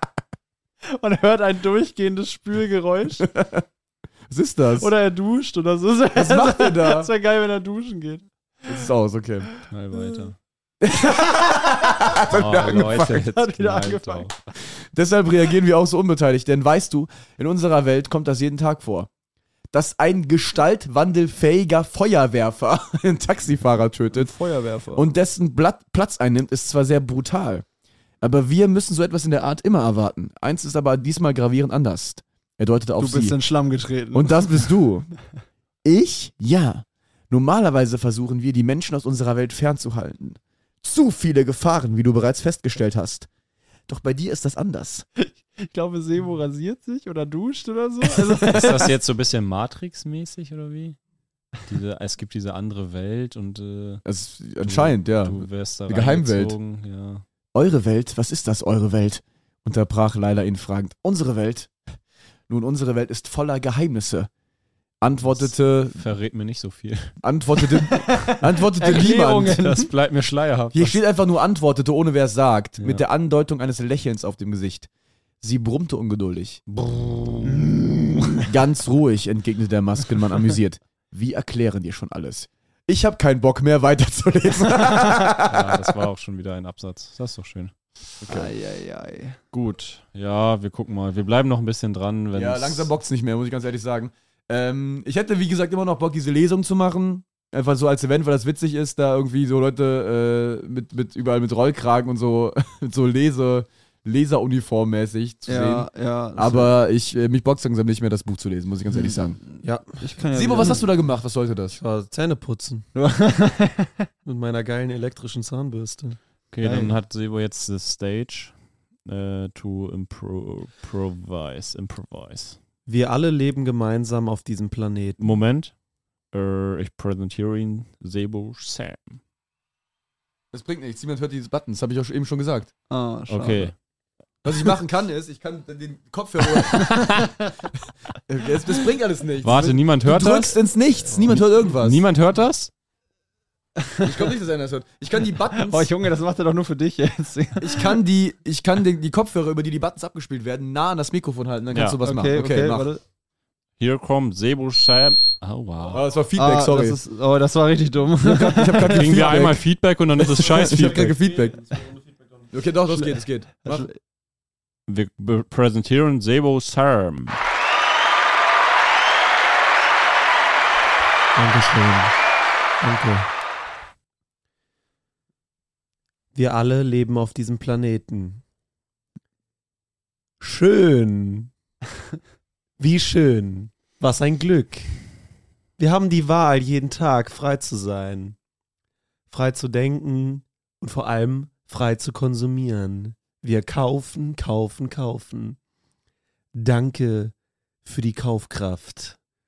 Man hört ein durchgehendes Spülgeräusch. was ist das? Oder er duscht oder so. Was macht er da? Das wäre geil, wenn er duschen geht. Das ist aus, okay. Knall weiter. Hat Oh, wieder angefangen. Leute, jetzt Hat wieder knallt angefangen. doch. Deshalb reagieren wir auch so unbeteiligt, denn weißt du, in unserer Welt kommt das jeden Tag vor. Dass ein gestaltwandelfähiger Feuerwerfer einen Taxifahrer tötet Feuerwerfer. und dessen Blatt Platz einnimmt, ist zwar sehr brutal. Aber wir müssen so etwas in der Art immer erwarten. Eins ist aber diesmal gravierend anders. Er deutete auf du bist sie. in den Schlamm getreten. Und das bist du. Ich? Ja. Normalerweise versuchen wir, die Menschen aus unserer Welt fernzuhalten. Zu viele Gefahren, wie du bereits festgestellt hast. Doch bei dir ist das anders. ich glaube, Sebo rasiert sich oder duscht oder so. Also, Ist das jetzt so ein bisschen Matrix-mäßig oder wie? Diese, es gibt diese andere Welt und äh, Das ist anscheinend, ja. du wärst da Die Geheimwelt. reingezogen, Ja. Eure Welt? Was ist das, eure Welt? Unterbrach Laila ihn fragend. Unsere Welt? Nun, unsere Welt ist voller Geheimnisse. Antwortete, Verrät mir nicht so viel. antwortete, antwortete Erklärungen. niemand. Das bleibt mir schleierhaft. Hier steht einfach nur antwortete, ohne wer es sagt. Ja. Mit der Andeutung eines Lächelns auf dem Gesicht. Sie brummte ungeduldig. Ganz ruhig, entgegnete der Maskenmann amüsiert. Wir erklären dir schon alles. Ich habe keinen Bock mehr weiterzulesen. Ja, das war auch schon wieder ein Absatz. Das ist doch schön. Eieiei. Gut. Ja, wir gucken mal. Wir bleiben noch ein bisschen dran. Wenn's Ja, langsam bockt's nicht mehr, muss ich ganz ehrlich sagen. Ähm, ich hätte, wie gesagt, immer noch Bock, diese Lesung zu machen. Einfach so als Event, weil das witzig ist, da irgendwie so Leute äh, mit, mit überall mit Rollkragen und so, mit so Lese, Leseruniform-mäßig zu Ja, sehen. ja. das Aber ich, äh, mich bockt langsam nicht mehr, das Buch zu lesen, muss ich ganz ehrlich sagen. Ja, ich kann ja Sebo, wieder- was hast du da gemacht? Was sollte das? ich war Zähne putzen. Mit meiner geilen elektrischen Zahnbürste. Okay, Geil. dann hat Sebo jetzt the stage äh, to impro improvise. Improvise. Wir alle leben gemeinsam auf diesem Planeten. Moment. Äh, ich präsentiere ihn Sebo Sam. Das bringt nichts, niemand hört dieses Button, das habe ich auch schon- eben schon gesagt. Ah, schade. Okay. Was ich machen kann, ist, ich kann den Kopfhörer. das, das bringt alles nichts. Warte, niemand hört du drückst das? ins Nichts, niemand hört irgendwas. Niemand hört das? Ich glaube nicht, dass einer das hört. Ich kann die Buttons. Oh, Junge, das macht er doch nur für dich jetzt. Ich kann die, ich kann die, die Kopfhörer, über die die Buttons abgespielt werden, nah an das Mikrofon halten, dann kannst Ja. du was okay, machen. Okay, okay, mach. warte. Hier kommt Sebo Sam. Oh, wow. Oh, das war Feedback, Ah, sorry. Das ist, oh, das war richtig dumm. ich hab grad Kriegen wir Feedback. einmal Feedback und dann ist es scheiß Ich hab gerade Feedback. Feedback. Okay, doch, das geht, das geht. Mach. Wir b- präsentieren Sebo Sam. Dankeschön. Danke. Wir alle leben auf diesem Planeten. Schön. Wie schön. Was ein Glück. Wir haben die Wahl, jeden Tag frei zu sein. Frei zu denken und vor allem frei zu konsumieren. Wir kaufen, kaufen, kaufen. Danke für die Kaufkraft.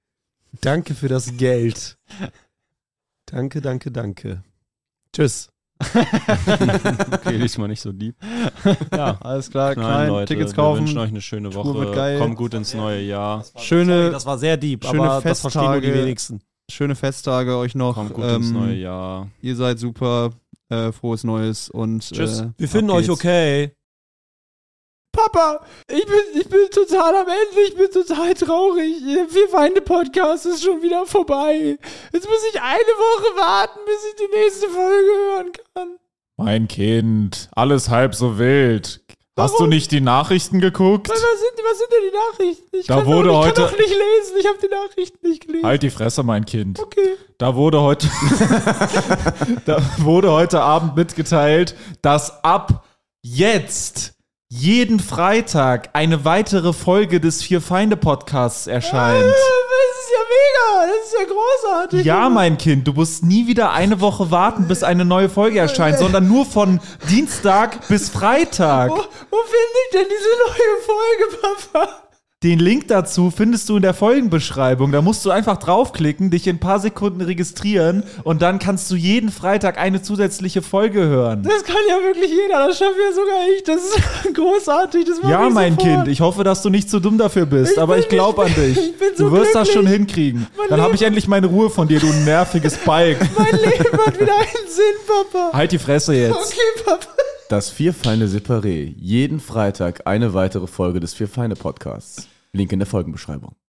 Danke für das Geld. Danke, danke, danke. Tschüss. Okay, diesmal nicht so deep. Ja, Alles klar, Knallen, klein, Leute. Tickets Wir kaufen. wünschen euch eine schöne Tour wird Woche. geil. Kommt gut ins neue Jahr. Schöne, Das war sehr deep, schöne aber das verstehen nur die Festtage. wenigsten. schöne Festtage euch noch. Kommt gut ähm, ins neue Jahr. Ihr seid super. Äh, frohes Neues und Tschüss. Äh, Wir finden ab euch geht's. okay. Papa, ich bin, ich bin total am Ende, ich bin total traurig. Wir Feinde Podcast ist schon wieder vorbei. Jetzt muss ich eine Woche warten, bis ich die nächste Folge hören kann. Mein Kind, alles halb so wild. Hast Warum? du nicht die Nachrichten geguckt? Was sind, was sind denn die Nachrichten? Ich Da kann wurde doch, ich heute- kann doch nicht lesen, ich habe die Nachrichten nicht gelesen. Halt die Fresse, mein Kind. Okay. Da wurde heute, da wurde heute Abend mitgeteilt, dass ab jetzt jeden Freitag eine weitere Folge des Vier-Feinde-Podcasts erscheint. Das ist ja mega, das ist ja großartig. Ja, mein Kind, du musst nie wieder eine Woche warten, bis eine neue Folge erscheint, sondern nur von Dienstag bis Freitag. Wo, wo finde ich denn diese neue Folge, Papa? Den Link dazu findest du in der Folgenbeschreibung. Da musst du einfach draufklicken, dich in ein paar Sekunden registrieren und dann kannst du jeden Freitag eine zusätzliche Folge hören. Das kann ja wirklich jeder, das schaffe ja sogar ich. Das ist großartig, das mache Ja, ich mein sofort. Kind, ich hoffe, dass du nicht zu dumm dafür bist, Ich aber bin- ich glaube an ich bin- dich. ich bin so Du wirst das glücklich. schon hinkriegen. Mein Dann habe Leben- ich endlich meine Ruhe von dir, du nerviges Balk. Mein Leben hat wieder einen Sinn, Papa. Halt die Fresse jetzt. Okay, Papa. Das Vier-Feinde Separé. Jeden Freitag eine weitere Folge des Vier-Feinde Podcasts. Link in der Folgenbeschreibung.